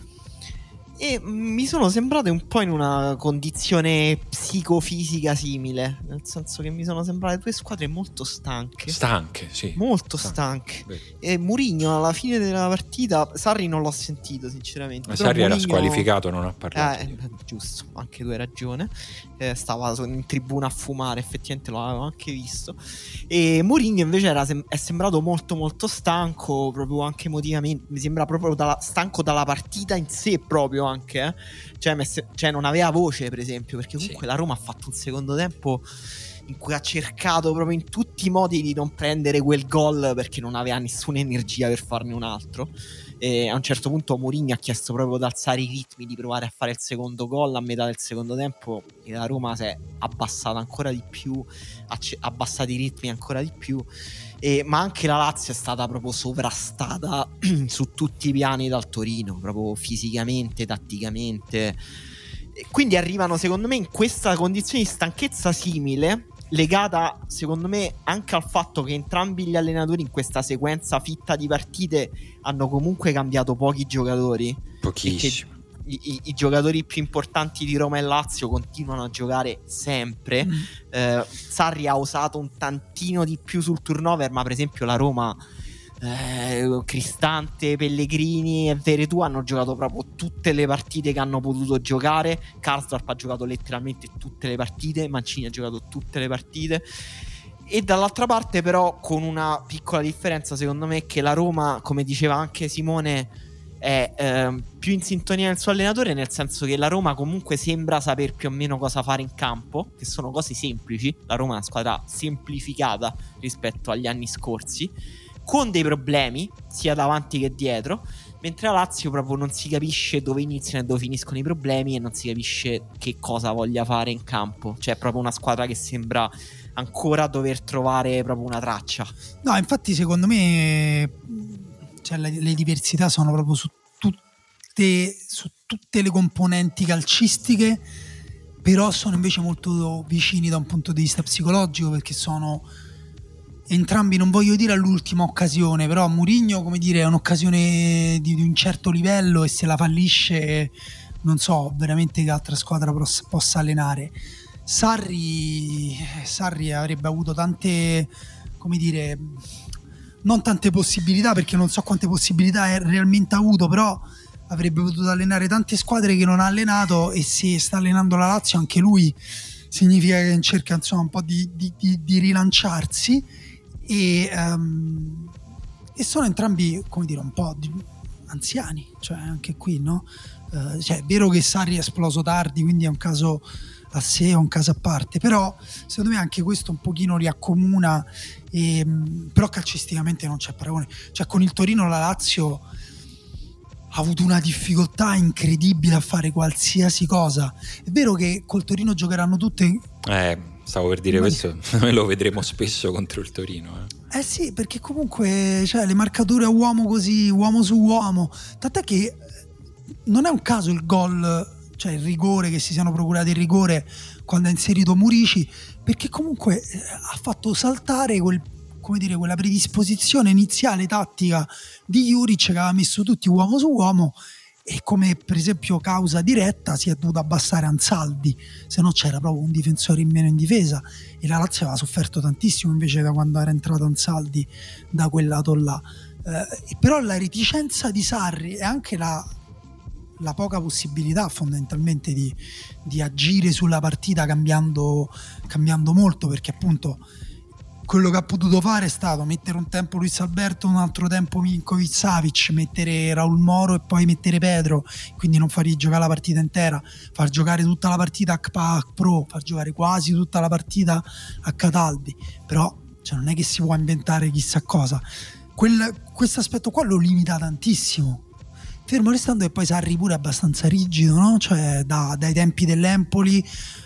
e mi sono sembrate un po' in una condizione psicofisica simile, nel senso che mi sono sembrate due squadre molto stanche. Stanche, sì. Molto stanche. stanche. E Mourinho alla fine della partita, Sarri non l'ho sentito sinceramente. Ma Sarri Mourinho... era squalificato, non ha parlato. Eh, giusto, anche tu hai ragione. Eh, stava in tribuna a fumare, effettivamente lo avevo anche visto. E Mourinho invece era sem- è sembrato molto molto stanco, proprio anche emotivamente. Mi sembra proprio dalla, stanco dalla partita in sé proprio anche, eh. Cioè, messe- cioè non aveva voce, per esempio, perché comunque sì. La Roma ha fatto un secondo tempo in cui ha cercato proprio in tutti i modi di non prendere quel gol, perché non aveva nessuna energia per farne un altro. E a un certo punto Mourinho ha chiesto proprio di alzare i ritmi, di provare a fare il secondo gol a metà del secondo tempo, e la Roma si è abbassata ancora di più, ha c- abbassato i ritmi ancora di più. E, ma anche la Lazio è stata proprio sovrastata su tutti i piani dal Torino, proprio fisicamente, tatticamente. E quindi arrivano secondo me in questa condizione di stanchezza simile, legata secondo me anche al fatto che entrambi gli allenatori in questa sequenza fitta di partite hanno comunque cambiato pochi giocatori, pochissimo. I, i, i giocatori più importanti di Roma e Lazio continuano a giocare sempre. mm. eh, Sarri ha usato un tantino di più sul turnover, ma per esempio la Roma, eh, Cristante, Pellegrini e Veretù hanno giocato proprio tutte le partite che hanno potuto giocare. Karsdorp ha giocato letteralmente tutte le partite, Mancini ha giocato tutte le partite. E dall'altra parte però con una piccola differenza secondo me, che la Roma, come diceva anche Simone, è eh, più in sintonia del suo allenatore, nel senso che la Roma comunque sembra saper più o meno cosa fare in campo, che sono cose semplici. La Roma è una squadra semplificata rispetto agli anni scorsi, con dei problemi sia davanti che dietro, mentre la Lazio proprio non si capisce dove iniziano e dove finiscono i problemi, e non si capisce che cosa voglia fare in campo. Cioè è proprio una squadra che sembra ancora dover trovare proprio una traccia. No, infatti secondo me, cioè, le, le diversità sono proprio su tutte, su tutte le componenti calcistiche, però sono invece molto vicini da un punto di vista psicologico, perché sono entrambi, non voglio dire all'ultima occasione, però Mourinho, come dire, è un'occasione di, di un certo livello, e se la fallisce non so veramente che altra squadra possa, possa allenare. Sarri, Sarri avrebbe avuto tante, come dire, non tante possibilità, perché non so quante possibilità ha realmente avuto, però avrebbe potuto allenare tante squadre che non ha allenato, e se sta allenando la Lazio anche lui significa che cerca insomma un po' di, di, di, di rilanciarsi, e, um, e sono entrambi, come dire, un po' di anziani, cioè anche qui, no? Uh, cioè è vero che Sarri è esploso tardi, quindi è un caso a sé, è un caso a parte, però secondo me anche questo un pochino li accomuna, e, però calcisticamente non c'è paragone. Cioè con il Torino la Lazio ha avuto una difficoltà incredibile a fare qualsiasi cosa. È vero che col Torino giocheranno tutte eh, Stavo per dire, questo noi lo vedremo spesso contro il Torino. Eh, eh sì, perché comunque cioè, le marcature a uomo così, uomo su uomo, tant'è che non è un caso il gol, cioè il rigore, che si siano procurati il rigore quando ha inserito Murici, perché comunque eh, ha fatto saltare quel, come dire, quella predisposizione iniziale tattica di Juric, che aveva messo tutti uomo su uomo, e come per esempio causa diretta si è dovuto abbassare Ansaldi, se no c'era proprio un difensore in meno in difesa, e la Lazio aveva sofferto tantissimo invece da quando era entrato Ansaldi da quel lato là. Eh, però la reticenza di Sarri e anche la, la poca possibilità fondamentalmente di, di agire sulla partita cambiando, cambiando molto, perché appunto quello che ha potuto fare è stato mettere un tempo Luis Alberto, un altro tempo Milinkovic Savic, mettere Raul Moro e poi mettere Pedro, quindi non fargli giocare la partita intera, far giocare tutta la partita a Kpa Pro, far giocare quasi tutta la partita a Cataldi. Però cioè, non è che si può inventare chissà cosa. Questo aspetto qua lo limita tantissimo, fermo restando che poi Sarri pure è abbastanza rigido, no? Cioè da, dai tempi dell'Empoli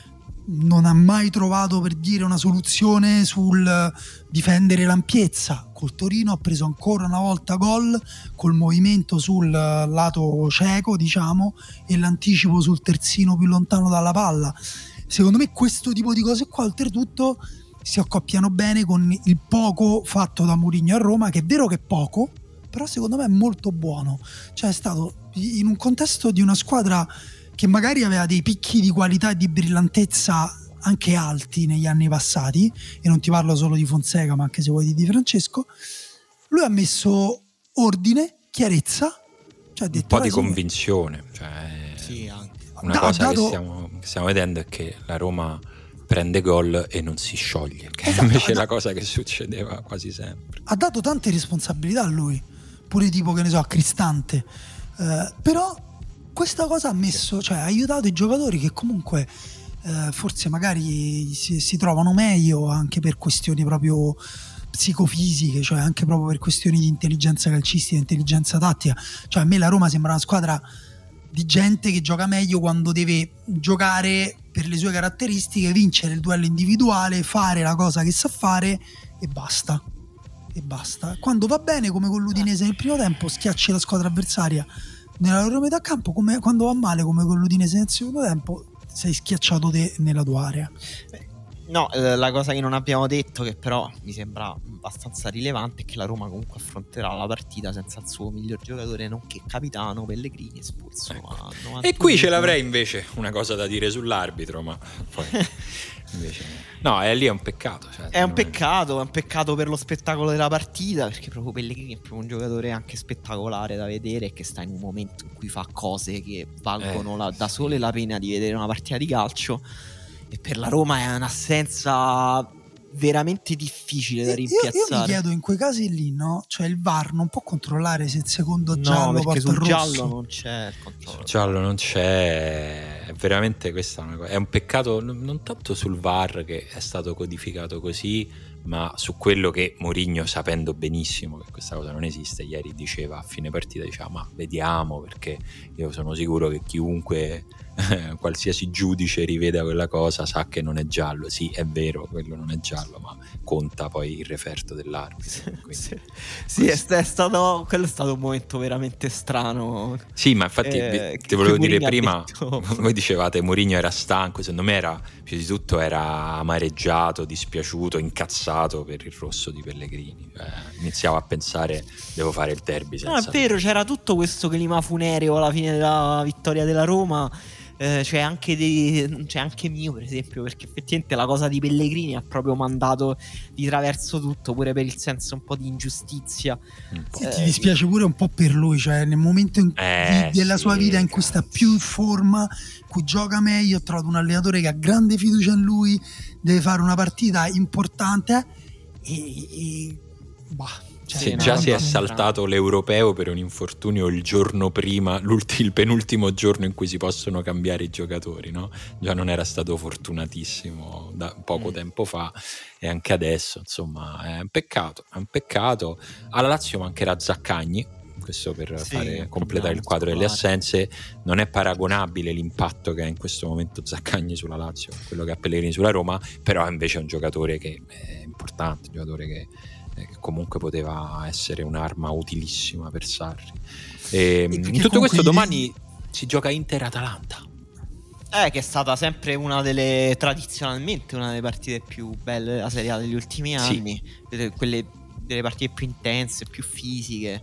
non ha mai trovato, per dire, una soluzione sul difendere l'ampiezza. Col Torino ha preso ancora una volta gol col movimento sul lato cieco, diciamo, e l'anticipo sul terzino più lontano dalla palla. Secondo me questo tipo di cose qua oltretutto si accoppiano bene con il poco fatto da Mourinho a Roma, che è vero che è poco, però secondo me è molto buono. Cioè è stato in un contesto di una squadra che magari aveva dei picchi di qualità e di brillantezza anche alti negli anni passati, e non ti parlo solo di Fonseca ma anche, se vuoi, di Di Francesco. Lui ha messo ordine, chiarezza, cioè ha detto, un po' di convinzione, cioè, sì, anche. Una da, cosa dato... che, stiamo, che stiamo vedendo è che la Roma prende gol e non si scioglie, che esatto, è invece da... la cosa che succedeva quasi sempre. Ha dato tante responsabilità a lui, pure tipo, che ne so, a Cristante, eh, però questa cosa ha messo, cioè ha aiutato i giocatori che comunque eh, forse magari si, si trovano meglio anche per questioni proprio psicofisiche, cioè anche proprio per questioni di intelligenza calcistica, intelligenza tattica. Cioè a me la Roma sembra una squadra di gente che gioca meglio quando deve giocare per le sue caratteristiche, vincere il duello individuale, fare la cosa che sa fare e basta. E basta. Quando va bene, come con l'Udinese nel primo tempo, schiacci la squadra avversaria nella loro metà campo, come quando va male, come con l'Udinese nel secondo tempo, sei schiacciato te nella tua area. No, eh, la cosa che non abbiamo detto, che però mi sembra abbastanza rilevante, è che la Roma comunque affronterà la partita senza il suo miglior giocatore, nonché capitano, Pellegrini, espulso. Ecco. E qui ce l'avrei invece una cosa da dire sull'arbitro, ma poi invece no, è lì è un peccato. Cioè, è un peccato, è un peccato per lo spettacolo della partita, perché proprio Pellegrini è proprio un giocatore anche spettacolare da vedere, e che sta in un momento in cui fa cose che valgono eh, la, da sole la pena di vedere una partita di calcio. E per la Roma è un'assenza veramente difficile da rimpiazzare. Io, io mi chiedo, in quei casi lì, no? Cioè il V A R non può controllare se il secondo no, giallo porta sul il rosso. Giallo non c'è il controllo. Sul giallo non c'è, è veramente questa una cosa. È un peccato non tanto sul V A R, che è stato codificato così, ma su quello che Mourinho, sapendo benissimo che questa cosa non esiste, ieri diceva a fine partita, diceva ma vediamo, perché io sono sicuro che chiunque qualsiasi giudice riveda quella cosa sa che non è giallo. Sì, è vero, quello non è giallo, ma conta poi il referto dell'arbitro. Sì, sì è, è stato quello è stato un momento veramente strano. Sì, ma infatti eh, ti volevo dire prima, detto... voi dicevate Mourinho era stanco, secondo me era, più di tutto era amareggiato, dispiaciuto, incazzato per il rosso di Pellegrini. Eh, iniziavo a pensare, devo fare il derby senza... No, è vero, c'era tutto questo clima funereo alla fine della vittoria della Roma. Eh, c'è anche dei, c'è anche mio, per esempio, perché effettivamente la cosa di Pellegrini ha proprio mandato di traverso tutto, pure per il senso un po' di ingiustizia. Sì, eh, ti dispiace pure un po' per lui, cioè nel momento in eh, di, della sì, sua vita in cui sta più in forma, in cui gioca meglio, ha trovato un allenatore che ha grande fiducia in lui, deve fare una partita importante e, e bah. Cioè, sì, già si è saltato l'europeo per un infortunio il giorno prima, il penultimo giorno in cui si possono cambiare i giocatori, no? Già non era stato fortunatissimo da poco mm. tempo fa, e anche adesso, insomma, è un peccato, è un peccato. Alla Lazio mancherà Zaccagni, questo per sì, fare completare il quadro delle assenze. Non è paragonabile l'impatto che ha in questo momento Zaccagni sulla Lazio, quello che ha Pellegrini sulla Roma, però invece è un giocatore che è importante, un giocatore che, eh, che comunque poteva essere un'arma utilissima per Sarri. E, in tutto questo domani si gioca Inter-Atalanta. Eh, che è stata sempre una delle, tradizionalmente una delle partite più belle della Serie A degli ultimi anni, sì. Quelle delle partite più intense, più fisiche.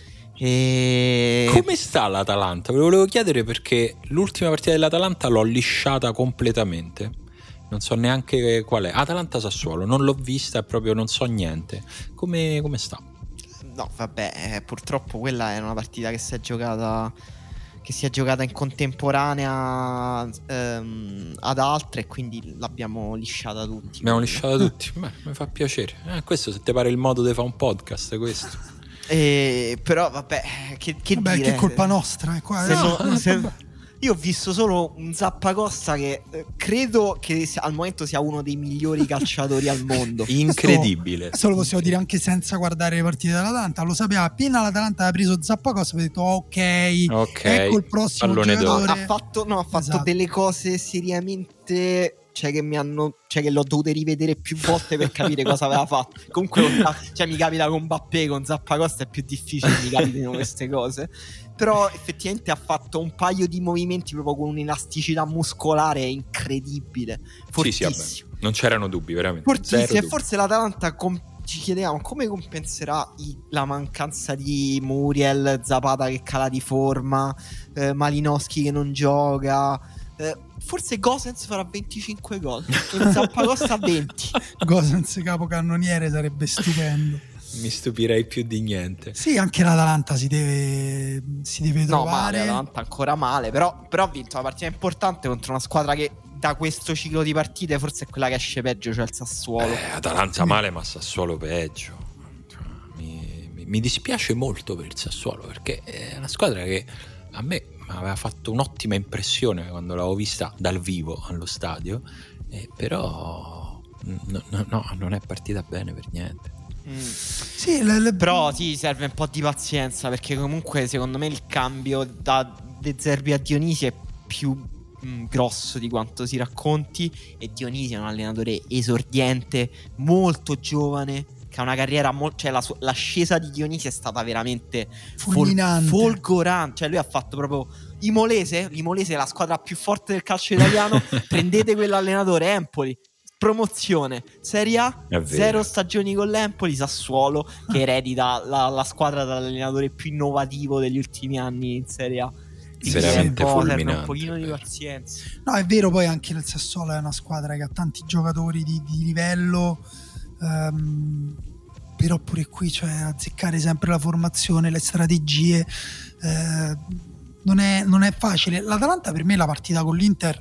E... come sta l'Atalanta? Ve lo volevo chiedere perché l'ultima partita dell'Atalanta l'ho lisciata completamente, non so neanche qual è. Atalanta-Sassuolo, non l'ho vista e proprio non so niente. Come, come sta? No, vabbè, eh, purtroppo quella è una partita che si è giocata che si è giocata in contemporanea ehm, ad altre, e quindi l'abbiamo lisciata tutti. Abbiamo lisciata tutti, beh, mi fa piacere. Eh, questo, se ti pare il modo di fare un podcast, questo. E, però vabbè, che, che vabbè, dire? Che è colpa nostra, è qua. Se No, no, se... Io ho visto solo un Zappacosta che eh, credo che sia, al momento sia uno dei migliori calciatori al mondo. Incredibile. Questo lo possiamo dire anche senza guardare le partite dell'Atalanta. Lo sapeva, appena l'Atalanta aveva preso Zappacosta, aveva detto ok, okay, ecco il prossimo giocatore. Ha fatto, no, ha fatto esatto. delle cose seriamente, cioè che mi hanno, cioè che l'ho dovute rivedere più volte per capire cosa aveva fatto. Comunque, cioè, mi capita con Mbappé, con Zappacosta è più difficile, mi capitano queste cose. Però effettivamente ha fatto un paio di movimenti proprio con un'elasticità muscolare incredibile, fortissimo. Sì, sì, non c'erano dubbi, veramente. Fortissimo. E forse l'Atalanta com- ci chiedevamo come compenserà i- la mancanza di Muriel, Zapata che cala di forma, eh, Malinowski che non gioca. Eh, forse Gosens farà venticinque gol e Zappacosta venti. Gosens capocannoniere sarebbe stupendo. Mi stupirei più di niente. Sì, anche l'Atalanta si deve si deve trovare. No, male, l'Atalanta ancora male, però, però ha vinto una partita importante contro una squadra che da questo ciclo di partite forse è quella che esce peggio, cioè il Sassuolo. Eh, Atalanta male, ma Sassuolo peggio. Mi, mi, mi dispiace molto per il Sassuolo, perché è una squadra che a me aveva fatto un'ottima impressione quando l'avevo vista dal vivo allo stadio, eh, però no, no, no, non è partita bene per niente. Mm. Sì, le, le... Però sì, serve un po' di pazienza, perché comunque secondo me il cambio da De Zerbi a Dionisi è più mh, grosso di quanto si racconti, e Dionisi è un allenatore esordiente, molto giovane, che ha una carriera molto, cioè la su- l'ascesa di Dionisi è stata veramente fol- folgorante, cioè lui ha fatto proprio Imolese, l'Imolese è la squadra più forte del calcio italiano, prendete quell'allenatore, Empoli, promozione, Serie A, zero stagioni con l'Empoli, Sassuolo che eredita la, la squadra dall'allenatore più innovativo degli ultimi anni in Serie A. Veramente un fulminante, un pochino di pazienza. No, è vero, poi anche il Sassuolo è una squadra che ha tanti giocatori di, di livello, um, però pure qui, cioè, azzeccare sempre la formazione, le strategie, eh, non è, non è facile. L'Atalanta, per me, la partita con l'Inter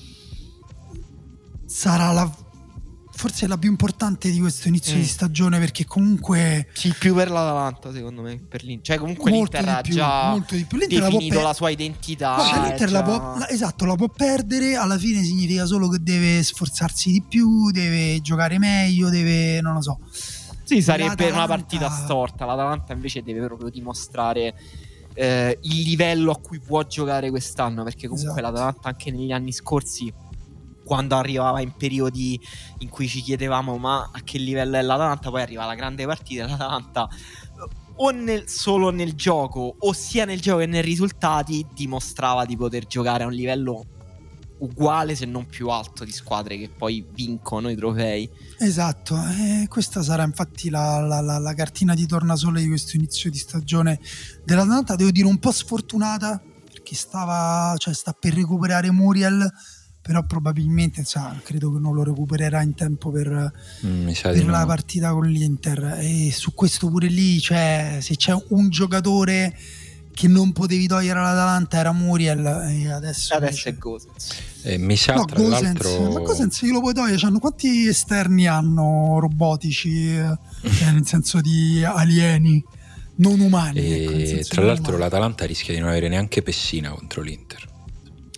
sarà la forse la più importante di questo inizio mm. di stagione, perché comunque sì, più per l'Atalanta secondo me, per l'Inter, cioè comunque l'Inter ha già molto di più. L'Inter definito la, per... la sua identità. No, cioè, l'Inter già... la può, la, esatto, la può perdere, alla fine significa solo che deve sforzarsi di più, deve giocare meglio, deve, non lo so. Sì, sarebbe L'Atalanta... una partita storta. L'Atalanta invece deve proprio dimostrare eh, il livello a cui può giocare quest'anno, perché comunque esatto. L'Atalanta anche negli anni scorsi, quando arrivava in periodi in cui ci chiedevamo ma a che livello è l'Atalanta, poi arriva la grande partita, l'Atalanta o nel, solo nel gioco, o sia nel gioco che nei risultati, dimostrava di poter giocare a un livello uguale se non più alto di squadre che poi vincono i trofei. Esatto, e questa sarà infatti la, la, la, la cartina di tornasole di questo inizio di stagione dell'Atalanta. Devo dire un po' sfortunata, perché stava, cioè sta per recuperare Muriel, però probabilmente sa, credo che non lo recupererà in tempo per, mm, per la no. partita con l'Inter. E su questo pure lì, cioè, se c'è un giocatore che non potevi togliere all'Atalanta era Muriel, e adesso, adesso invece... è Gosens. Eh, mi sa no, tra Gosens, l'altro ma Gosens glielo puoi togliere? Cioè, quanti esterni hanno robotici, eh, nel senso di alieni non umani, e ecco, tra l'altro umani. l'Atalanta rischia di non avere neanche Pessina contro l'Inter.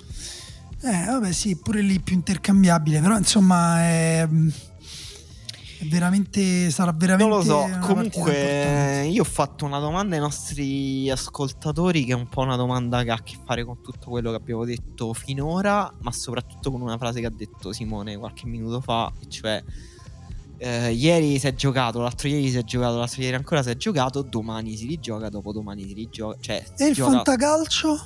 Eh, vabbè, sì, pure lì più intercambiabile, però insomma è... veramente sarà veramente non lo so. Comunque io ho fatto una domanda ai nostri ascoltatori, che è un po' una domanda che ha a che fare con tutto quello che abbiamo detto finora, ma soprattutto con una frase che ha detto Simone qualche minuto fa, cioè eh, ieri si è giocato, l'altro ieri si è giocato, l'altro ieri ancora si è giocato, domani si rigioca, dopodomani si rigioca, cioè si e il gioca... fantacalcio?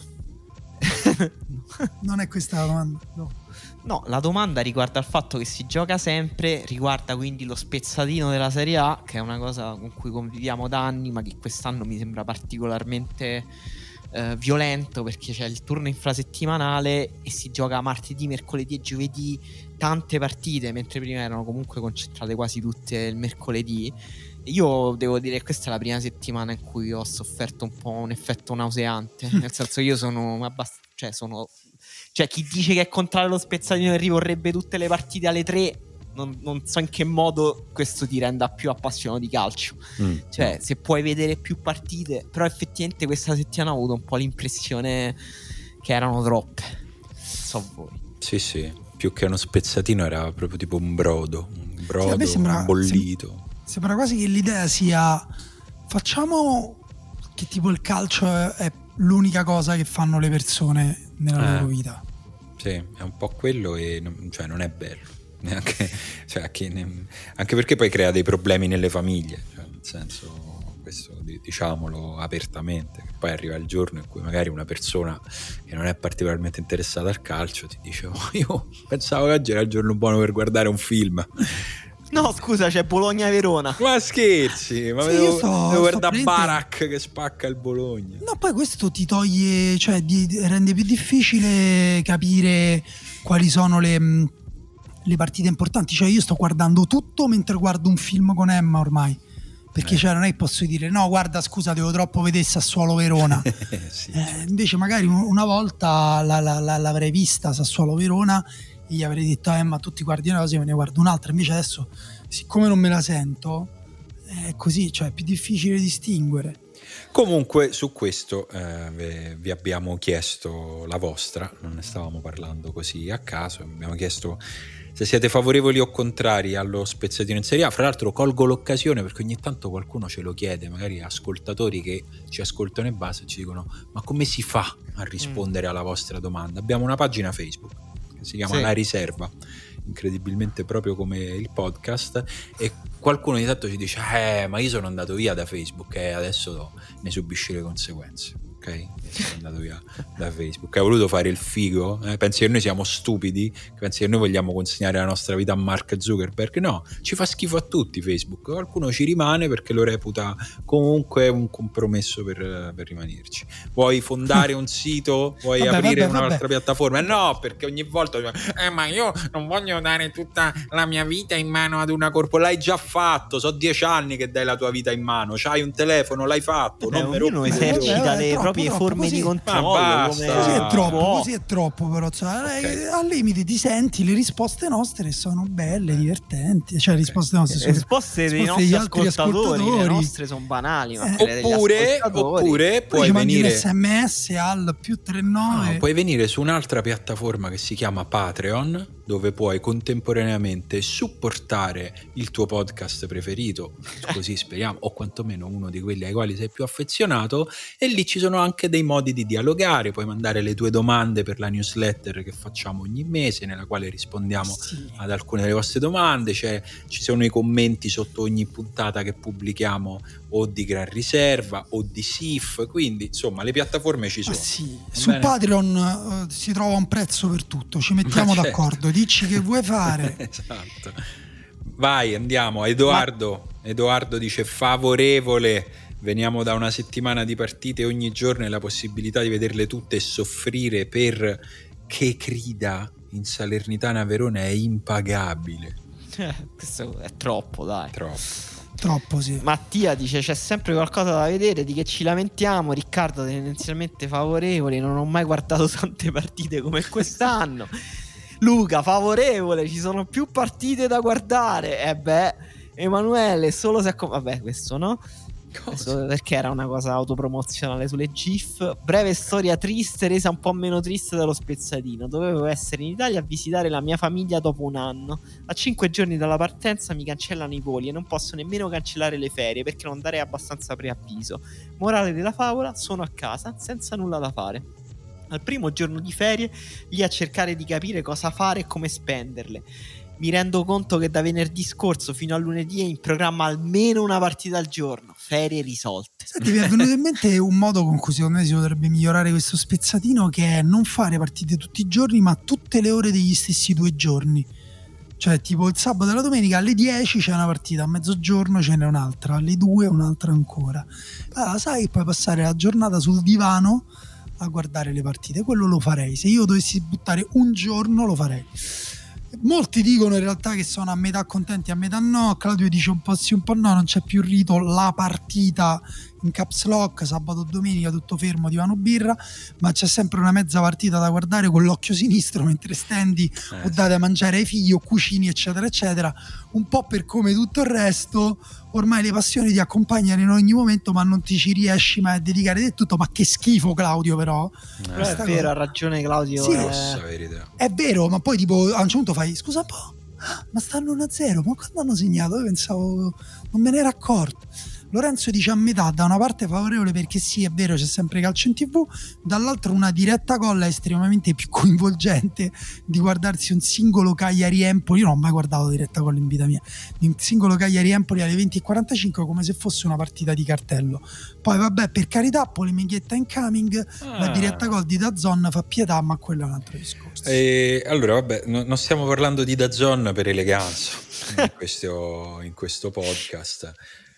Non è questa la domanda, no. No, la domanda riguarda il fatto che si gioca sempre, riguarda quindi lo spezzatino della Serie A, che è una cosa con cui conviviamo da anni, ma che quest'anno mi sembra particolarmente eh, violento, perché c'è il turno infrasettimanale e si gioca martedì, mercoledì e giovedì tante partite, mentre prima erano comunque concentrate quasi tutte il mercoledì. Io devo dire che questa è la prima settimana in cui ho sofferto un po' un effetto nauseante, nel senso io sono abbast- cioè sono cioè chi dice che è contrario allo spezzatino e rivorrebbe tutte le partite alle tre, non, non so in che modo questo ti renda più appassionato di calcio. mm. Cioè se puoi vedere più partite, però effettivamente questa settimana ho avuto un po' l'impressione che erano troppe, non so voi. Sì sì, più che uno spezzatino era proprio tipo un brodo, un brodo, sì, a me sembra, bollito sem- sembra quasi che l'idea sia facciamo che tipo il calcio è, è l'unica cosa che fanno le persone nella eh, loro vita. Sì, è un po' quello, e non, cioè non è bello neanche, cioè, che ne, anche perché poi crea dei problemi nelle famiglie, cioè, nel senso, questo diciamolo apertamente, che poi arriva il giorno in cui magari una persona che non è particolarmente interessata al calcio ti dice oh, io pensavo che oggi era il giorno buono per guardare un film. No, scusa, c'è Bologna-Verona. Ma scherzi, ma sì, devo, so, devo guardare Barak che spacca il Bologna. No, poi questo ti toglie, cioè di, rende più difficile capire quali sono le, le partite importanti. Cioè io sto guardando tutto mentre guardo un film con Emma ormai, perché eh. cioè non è che posso dire no guarda scusa devo troppo vedere Sassuolo-Verona. sì, eh, certo. Invece magari una volta la, la, la, l'avrei vista Sassuolo-Verona e gli avrei detto eh, ma tu ti guardi una cosa e me ne guardo un'altra. Invece adesso siccome non me la sento è così, cioè è più difficile distinguere. Comunque su questo eh, vi abbiamo chiesto la vostra, non ne stavamo parlando così a caso, abbiamo chiesto se siete favorevoli o contrari allo spezzatino in Serie A. Fra l'altro colgo l'occasione perché ogni tanto qualcuno ce lo chiede, magari ascoltatori che ci ascoltano e basta e ci dicono ma come si fa a rispondere mm. alla vostra domanda. Abbiamo una pagina Facebook che si chiama sì. La Riserva, incredibilmente proprio come il podcast, e qualcuno ogni tanto ci dice eh ma io sono andato via da Facebook e adesso ne subisci le conseguenze, ok? Sono andato via da Facebook, hai voluto fare il figo? Eh? Pensi che noi siamo stupidi? Pensi che noi vogliamo consegnare la nostra vita a Mark Zuckerberg? No, ci fa schifo a tutti Facebook, qualcuno ci rimane perché lo reputa comunque un compromesso per, per rimanerci. Vuoi fondare un sito? Vuoi vabbè, aprire vabbè, un'altra vabbè. piattaforma? No, perché ogni volta eh ma io non voglio dare tutta la mia vita in mano ad una corpo. L'hai già fatto, so dieci anni che dai la tua vita in mano, c'hai un telefono, l'hai fatto, Beh, non mi ognuno esercita le proprie troppo, forme così, di controllo, come... così è troppo, così è troppo però cioè, okay. Al limite ti senti le risposte nostre sono belle, divertenti, cioè le risposte nostre sono le risposte dei nostri ascoltatori, ascoltatori, le nostre sono banali, ma eh. oppure, oppure puoi venire sms al più trentanove no, puoi venire su un'altra piattaforma che si chiama Patreon, dove puoi contemporaneamente supportare il tuo podcast preferito, così speriamo, o quantomeno uno di quelli ai quali sei più affezionato, e lì ci sono anche dei modi di dialogare. Puoi mandare le tue domande per la newsletter che facciamo ogni mese, nella quale rispondiamo sì. ad alcune delle vostre domande. Cioè, ci sono i commenti sotto ogni puntata che pubblichiamo, o di Gran Riserva o di S I F, quindi insomma le piattaforme ci sono. Ah, sì. Su bene? Patreon uh, si trova un prezzo per tutto, ci mettiamo certo. d'accordo, dici che vuoi fare. Esatto. Vai, andiamo. Edoardo Ma... Edoardo dice favorevole. Veniamo da una settimana di partite ogni giorno e la possibilità di vederle tutte e soffrire per che crida in Salernitana Verona è impagabile. Eh, questo è troppo, dai. Troppo. Troppo, sì. Mattia dice c'è sempre qualcosa da vedere, di che ci lamentiamo. Riccardo tendenzialmente favorevole, non ho mai guardato tante partite come quest'anno. Luca favorevole, ci sono più partite da guardare. E eh beh, Emanuele solo se accom- vabbè questo no. Questo perché era una cosa autopromozionale sulle GIF. Breve storia triste resa un po' meno triste dallo spezzatino. Dovevo essere in Italia a visitare la mia famiglia dopo un anno. A cinque giorni dalla partenza mi cancellano i voli e non posso nemmeno cancellare le ferie perché non darei abbastanza preavviso. Morale della favola: sono a casa senza nulla da fare. Al primo giorno di ferie, lì a cercare di capire cosa fare e come spenderle. Mi rendo conto che da venerdì scorso fino a lunedì è in programma almeno una partita al giorno. Ferie risolte. Senti, mi è venuto in mente un modo con cui secondo me si potrebbe migliorare questo spezzatino, che è non fare partite tutti i giorni ma tutte le ore degli stessi due giorni. Cioè tipo il sabato e la domenica alle dieci c'è una partita, a mezzogiorno ce n'è un'altra, alle due un'altra ancora. Allora, sai, puoi passare la giornata sul divano a guardare le partite. Quello lo farei. Se io dovessi buttare un giorno lo farei. Molti dicono in realtà che sono a metà contenti, a metà no. Claudio dice un po' sì un po' no, non c'è più rito, la partita in caps lock, sabato e domenica tutto fermo, divano birra, ma c'è sempre una mezza partita da guardare con l'occhio sinistro mentre stendi eh. o date a mangiare ai figli o cucini eccetera eccetera. Un po' per come tutto il resto, ormai le passioni ti accompagnano in ogni momento ma non ti ci riesci mai a dedicare del tutto. Ma che schifo, Claudio, però eh. è vero, cosa... ha ragione Claudio, sì, è... è vero, ma poi tipo a un certo punto fai scusa un po', ma stanno uno a zero, ma quando hanno segnato? Io pensavo, non me ne ero accorto. Lorenzo dice a metà, da una parte favorevole perché sì, è vero, c'è sempre calcio in tv, dall'altra una diretta gol è estremamente più coinvolgente di guardarsi un singolo Cagliari-Empoli. Io non ho mai guardato diretta gol in vita mia, un singolo Cagliari-Empoli alle venti e quarantacinque come se fosse una partita di cartello. Poi vabbè, per carità, polemichetta incoming, ah. la diretta gol di DAZN fa pietà, ma quello è un altro discorso. E allora vabbè, no, non stiamo parlando di DAZN per eleganza in questo, in questo podcast.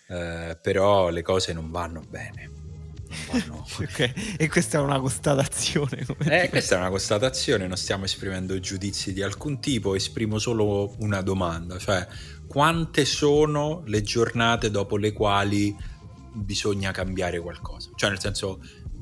Uh, però le cose non vanno bene, non vanno. Okay. E questa è una constatazione, eh, questa è una constatazione, non stiamo esprimendo giudizi di alcun tipo, esprimo solo una domanda, cioè quante sono le giornate dopo le quali bisogna cambiare qualcosa, cioè nel senso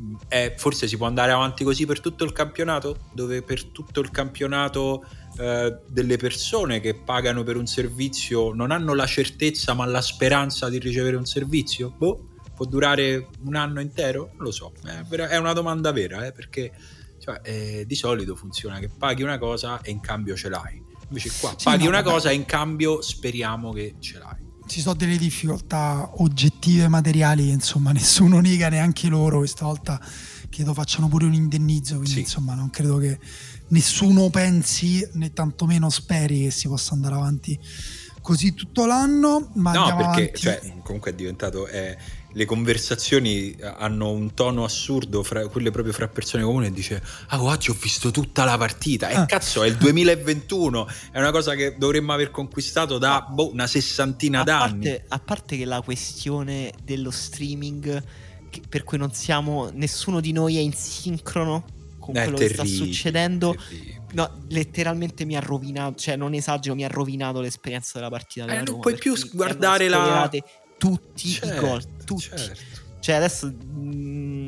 è, forse si può andare avanti così per tutto il campionato, dove per tutto il campionato eh, delle persone che pagano per un servizio non hanno la certezza ma la speranza di ricevere un servizio? Boh, può durare un anno intero? Non lo so, è una domanda vera, eh, perché cioè, eh, di solito funziona che paghi una cosa e in cambio ce l'hai, invece qua sì, paghi no, una vabbè. cosa e in cambio speriamo che ce l'hai. Ci sono delle difficoltà oggettive materiali, insomma nessuno nega, neanche loro. Questa volta credo facciano pure un indennizzo, quindi sì. insomma non credo che nessuno pensi né tantomeno speri che si possa andare avanti così tutto l'anno, ma no, perché avanti. Cioè, comunque è diventato eh, le conversazioni hanno un tono assurdo, fra quelle proprio fra persone comuni, e dice ah oggi ho visto tutta la partita e eh, ah. cazzo è il duemilaventuno, è una cosa che dovremmo aver conquistato da boh, una sessantina a d'anni parte, a parte che la questione dello streaming che, per cui non siamo, nessuno di noi è in sincrono con è quello terribile, che sta succedendo terribile. No, letteralmente mi ha rovinato, cioè non esagero, mi ha rovinato l'esperienza della partita della eh, Roma. Non puoi più guardare la tutti certo, i gol, tutti. Certo. Cioè adesso mh,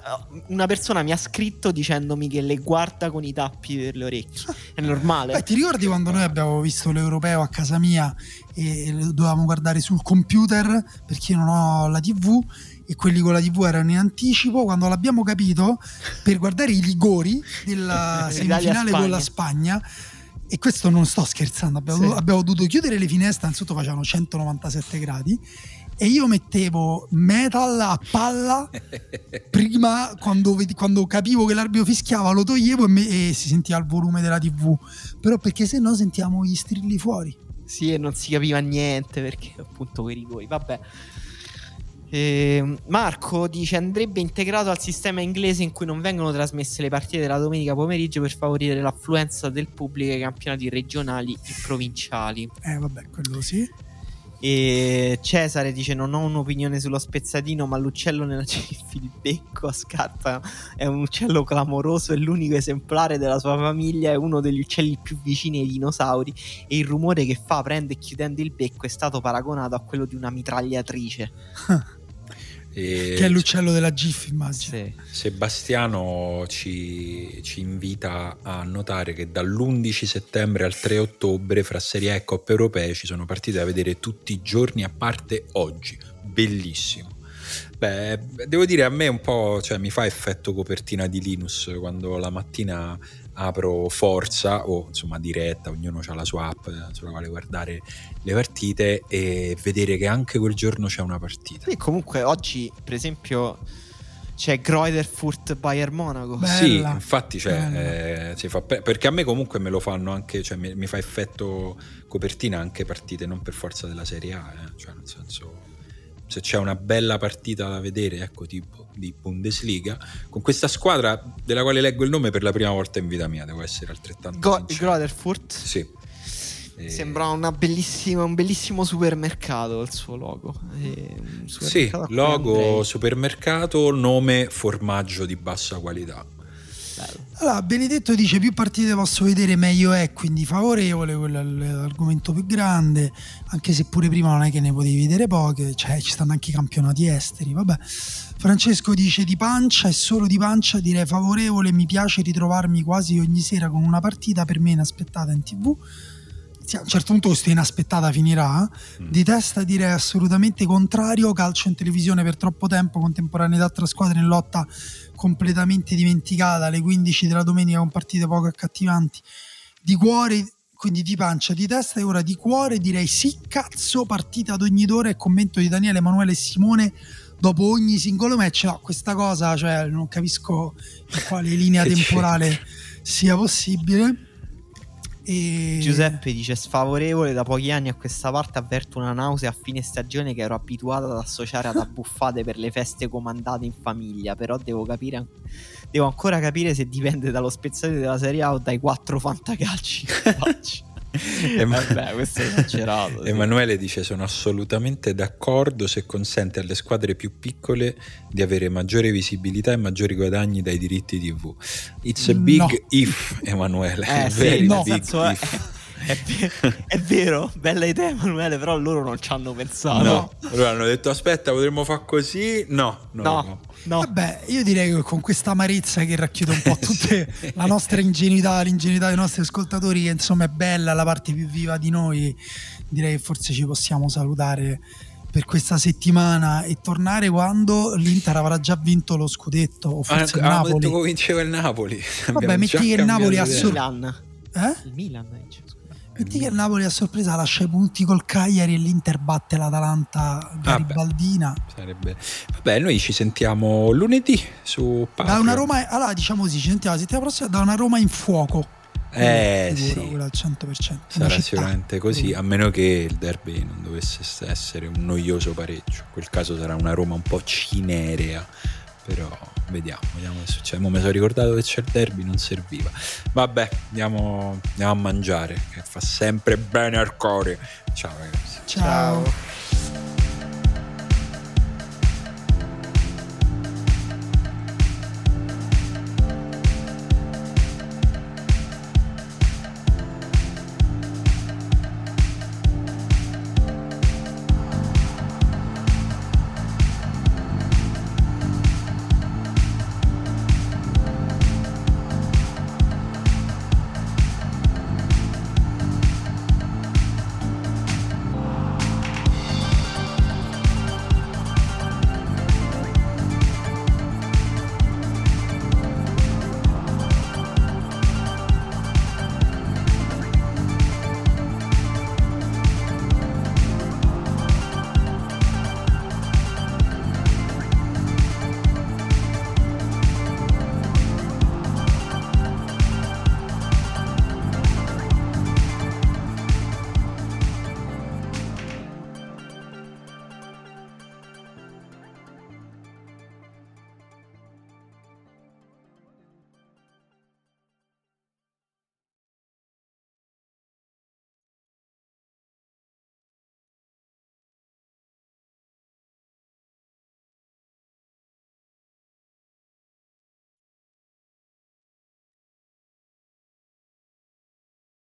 una persona mi ha scritto dicendomi che le guarda con i tappi per le orecchie. È normale. Beh, ti ricordi quando noi abbiamo visto l'Europeo a casa mia e lo dovevamo guardare sul computer perché io non ho la tivù e quelli con la tivù erano in anticipo? Quando l'abbiamo capito, per guardare i rigori della semifinale con la Spagna, e questo non sto scherzando, abbiamo, sì. abbiamo dovuto chiudere le finestre, innanzitutto facevano centonovantasette gradi e io mettevo metal a palla prima, quando, quando capivo che l'arbitro fischiava lo toglievo e, me, e si sentiva il volume della tivù, però perché se no sentiamo gli strilli fuori. Sì, e non si capiva niente perché appunto quei rigori, vabbè. Eh, Marco dice andrebbe integrato al sistema inglese in cui non vengono trasmesse le partite della domenica pomeriggio per favorire l'affluenza del pubblico ai campionati regionali e provinciali. Eh vabbè, quello sì. E Cesare dice non ho un'opinione sullo spezzatino, ma l'uccello nella ciffi di becco a scarpa è un uccello clamoroso, è l'unico esemplare della sua famiglia, è uno degli uccelli più vicini ai dinosauri e il rumore che fa aprendo e chiudendo il becco è stato paragonato a quello di una mitragliatrice. E che è l'uccello della GIF, immagino. Sì. Sebastiano ci, ci invita a notare che dall'undici settembre al tre ottobre fra Serie A e Coppe Europee ci sono partite da vedere tutti i giorni a parte oggi. Bellissimo. Beh, devo dire, a me un po', cioè, mi fa effetto copertina di Linus quando la mattina apro Forza o insomma diretta, ognuno ha la sua app sulla quale guardare le partite e vedere che anche quel giorno c'è una partita. E comunque oggi, per esempio, c'è Greuther Bayern Monaco. Bella, sì, infatti cioè, eh, si fa pe- perché a me comunque me lo fanno anche, cioè mi, mi fa effetto copertina anche partite non per forza della Serie A, eh. Cioè nel senso, se c'è una bella partita da vedere, ecco, tipo di Bundesliga, con questa squadra della quale leggo il nome per la prima volta in vita mia, devo essere altrettanto Go- sincero. Greuther Fürth? Sì. E... Sembra una bellissima, un bellissimo supermercato il suo logo. E un sì, logo supermercato, nome formaggio di bassa qualità. Bello. Allora, Benedetto dice più partite posso vedere meglio è, quindi favorevole, quello è l'argomento più grande, anche se pure prima non è che ne potevi vedere poche, cioè ci stanno anche i campionati esteri, vabbè. Francesco dice di pancia e solo di pancia direi favorevole, mi piace ritrovarmi quasi ogni sera con una partita per me inaspettata in tv. A un certo punto questa inaspettata finirà. mm. Di testa direi assolutamente contrario, calcio in televisione per troppo tempo, contemporaneità tra squadre in lotta completamente dimenticata, alle quindici della domenica con partite poco accattivanti. Di cuore, quindi di pancia, di testa, e ora di cuore direi sì, cazzo, partita ad ogni ora, e commento di Daniele, Emanuele e Simone dopo ogni singolo match. No, questa cosa, cioè non capisco in quale linea temporale c'è. sia possibile. E... Giuseppe dice sfavorevole, da pochi anni a questa parte avverto una nausea a fine stagione che ero abituato ad associare ad abbuffate per le feste comandate in famiglia, però devo capire devo ancora capire se dipende dallo spezzatore della Serie A o dai quattro fantacalci che faccio. Vabbè, questo è esagerato. Sì. Emanuele dice sono assolutamente d'accordo se consente alle squadre più piccole di avere maggiore visibilità e maggiori guadagni dai diritti tivù. It's a big no. if, Emanuele. Eh sì, no, senso è, è, è vero, bella idea Emanuele, però loro non ci hanno pensato. No, loro hanno detto aspetta, potremmo far così. No, no, no. no. No. Vabbè, io direi che con questa amarezza che racchiude un po' tutta la nostra ingenuità, l'ingenuità dei nostri ascoltatori, che insomma è bella, la parte più viva di noi, direi che forse ci possiamo salutare per questa settimana e tornare quando l'Inter avrà già vinto lo scudetto, o forse ah, il Napoli. Detto che vinceva il Napoli. Vabbè, metti che il Napoli ha sor- Milan. Eh? Il Milan dice. Metti che il Napoli a sorpresa lascia i punti col Cagliari e l'Inter batte l'Atalanta garibaldina. Ah, sarebbe. Vabbè, noi ci sentiamo lunedì su Patreon. Da una Roma, allora diciamo così, ci sentiamo la settimana prossima da una Roma in fuoco. Eh sicuro, sì, quella al cento per cento. sarà sicuramente così, a meno che il derby non dovesse essere un noioso pareggio. In quel caso sarà una Roma un po' cinerea. Però vediamo, vediamo che succede. Mo mi sono ricordato che c'è il derby, non serviva. Vabbè, andiamo, andiamo a mangiare, che fa sempre bene al cuore. Ciao ragazzi. Ciao. Ciao.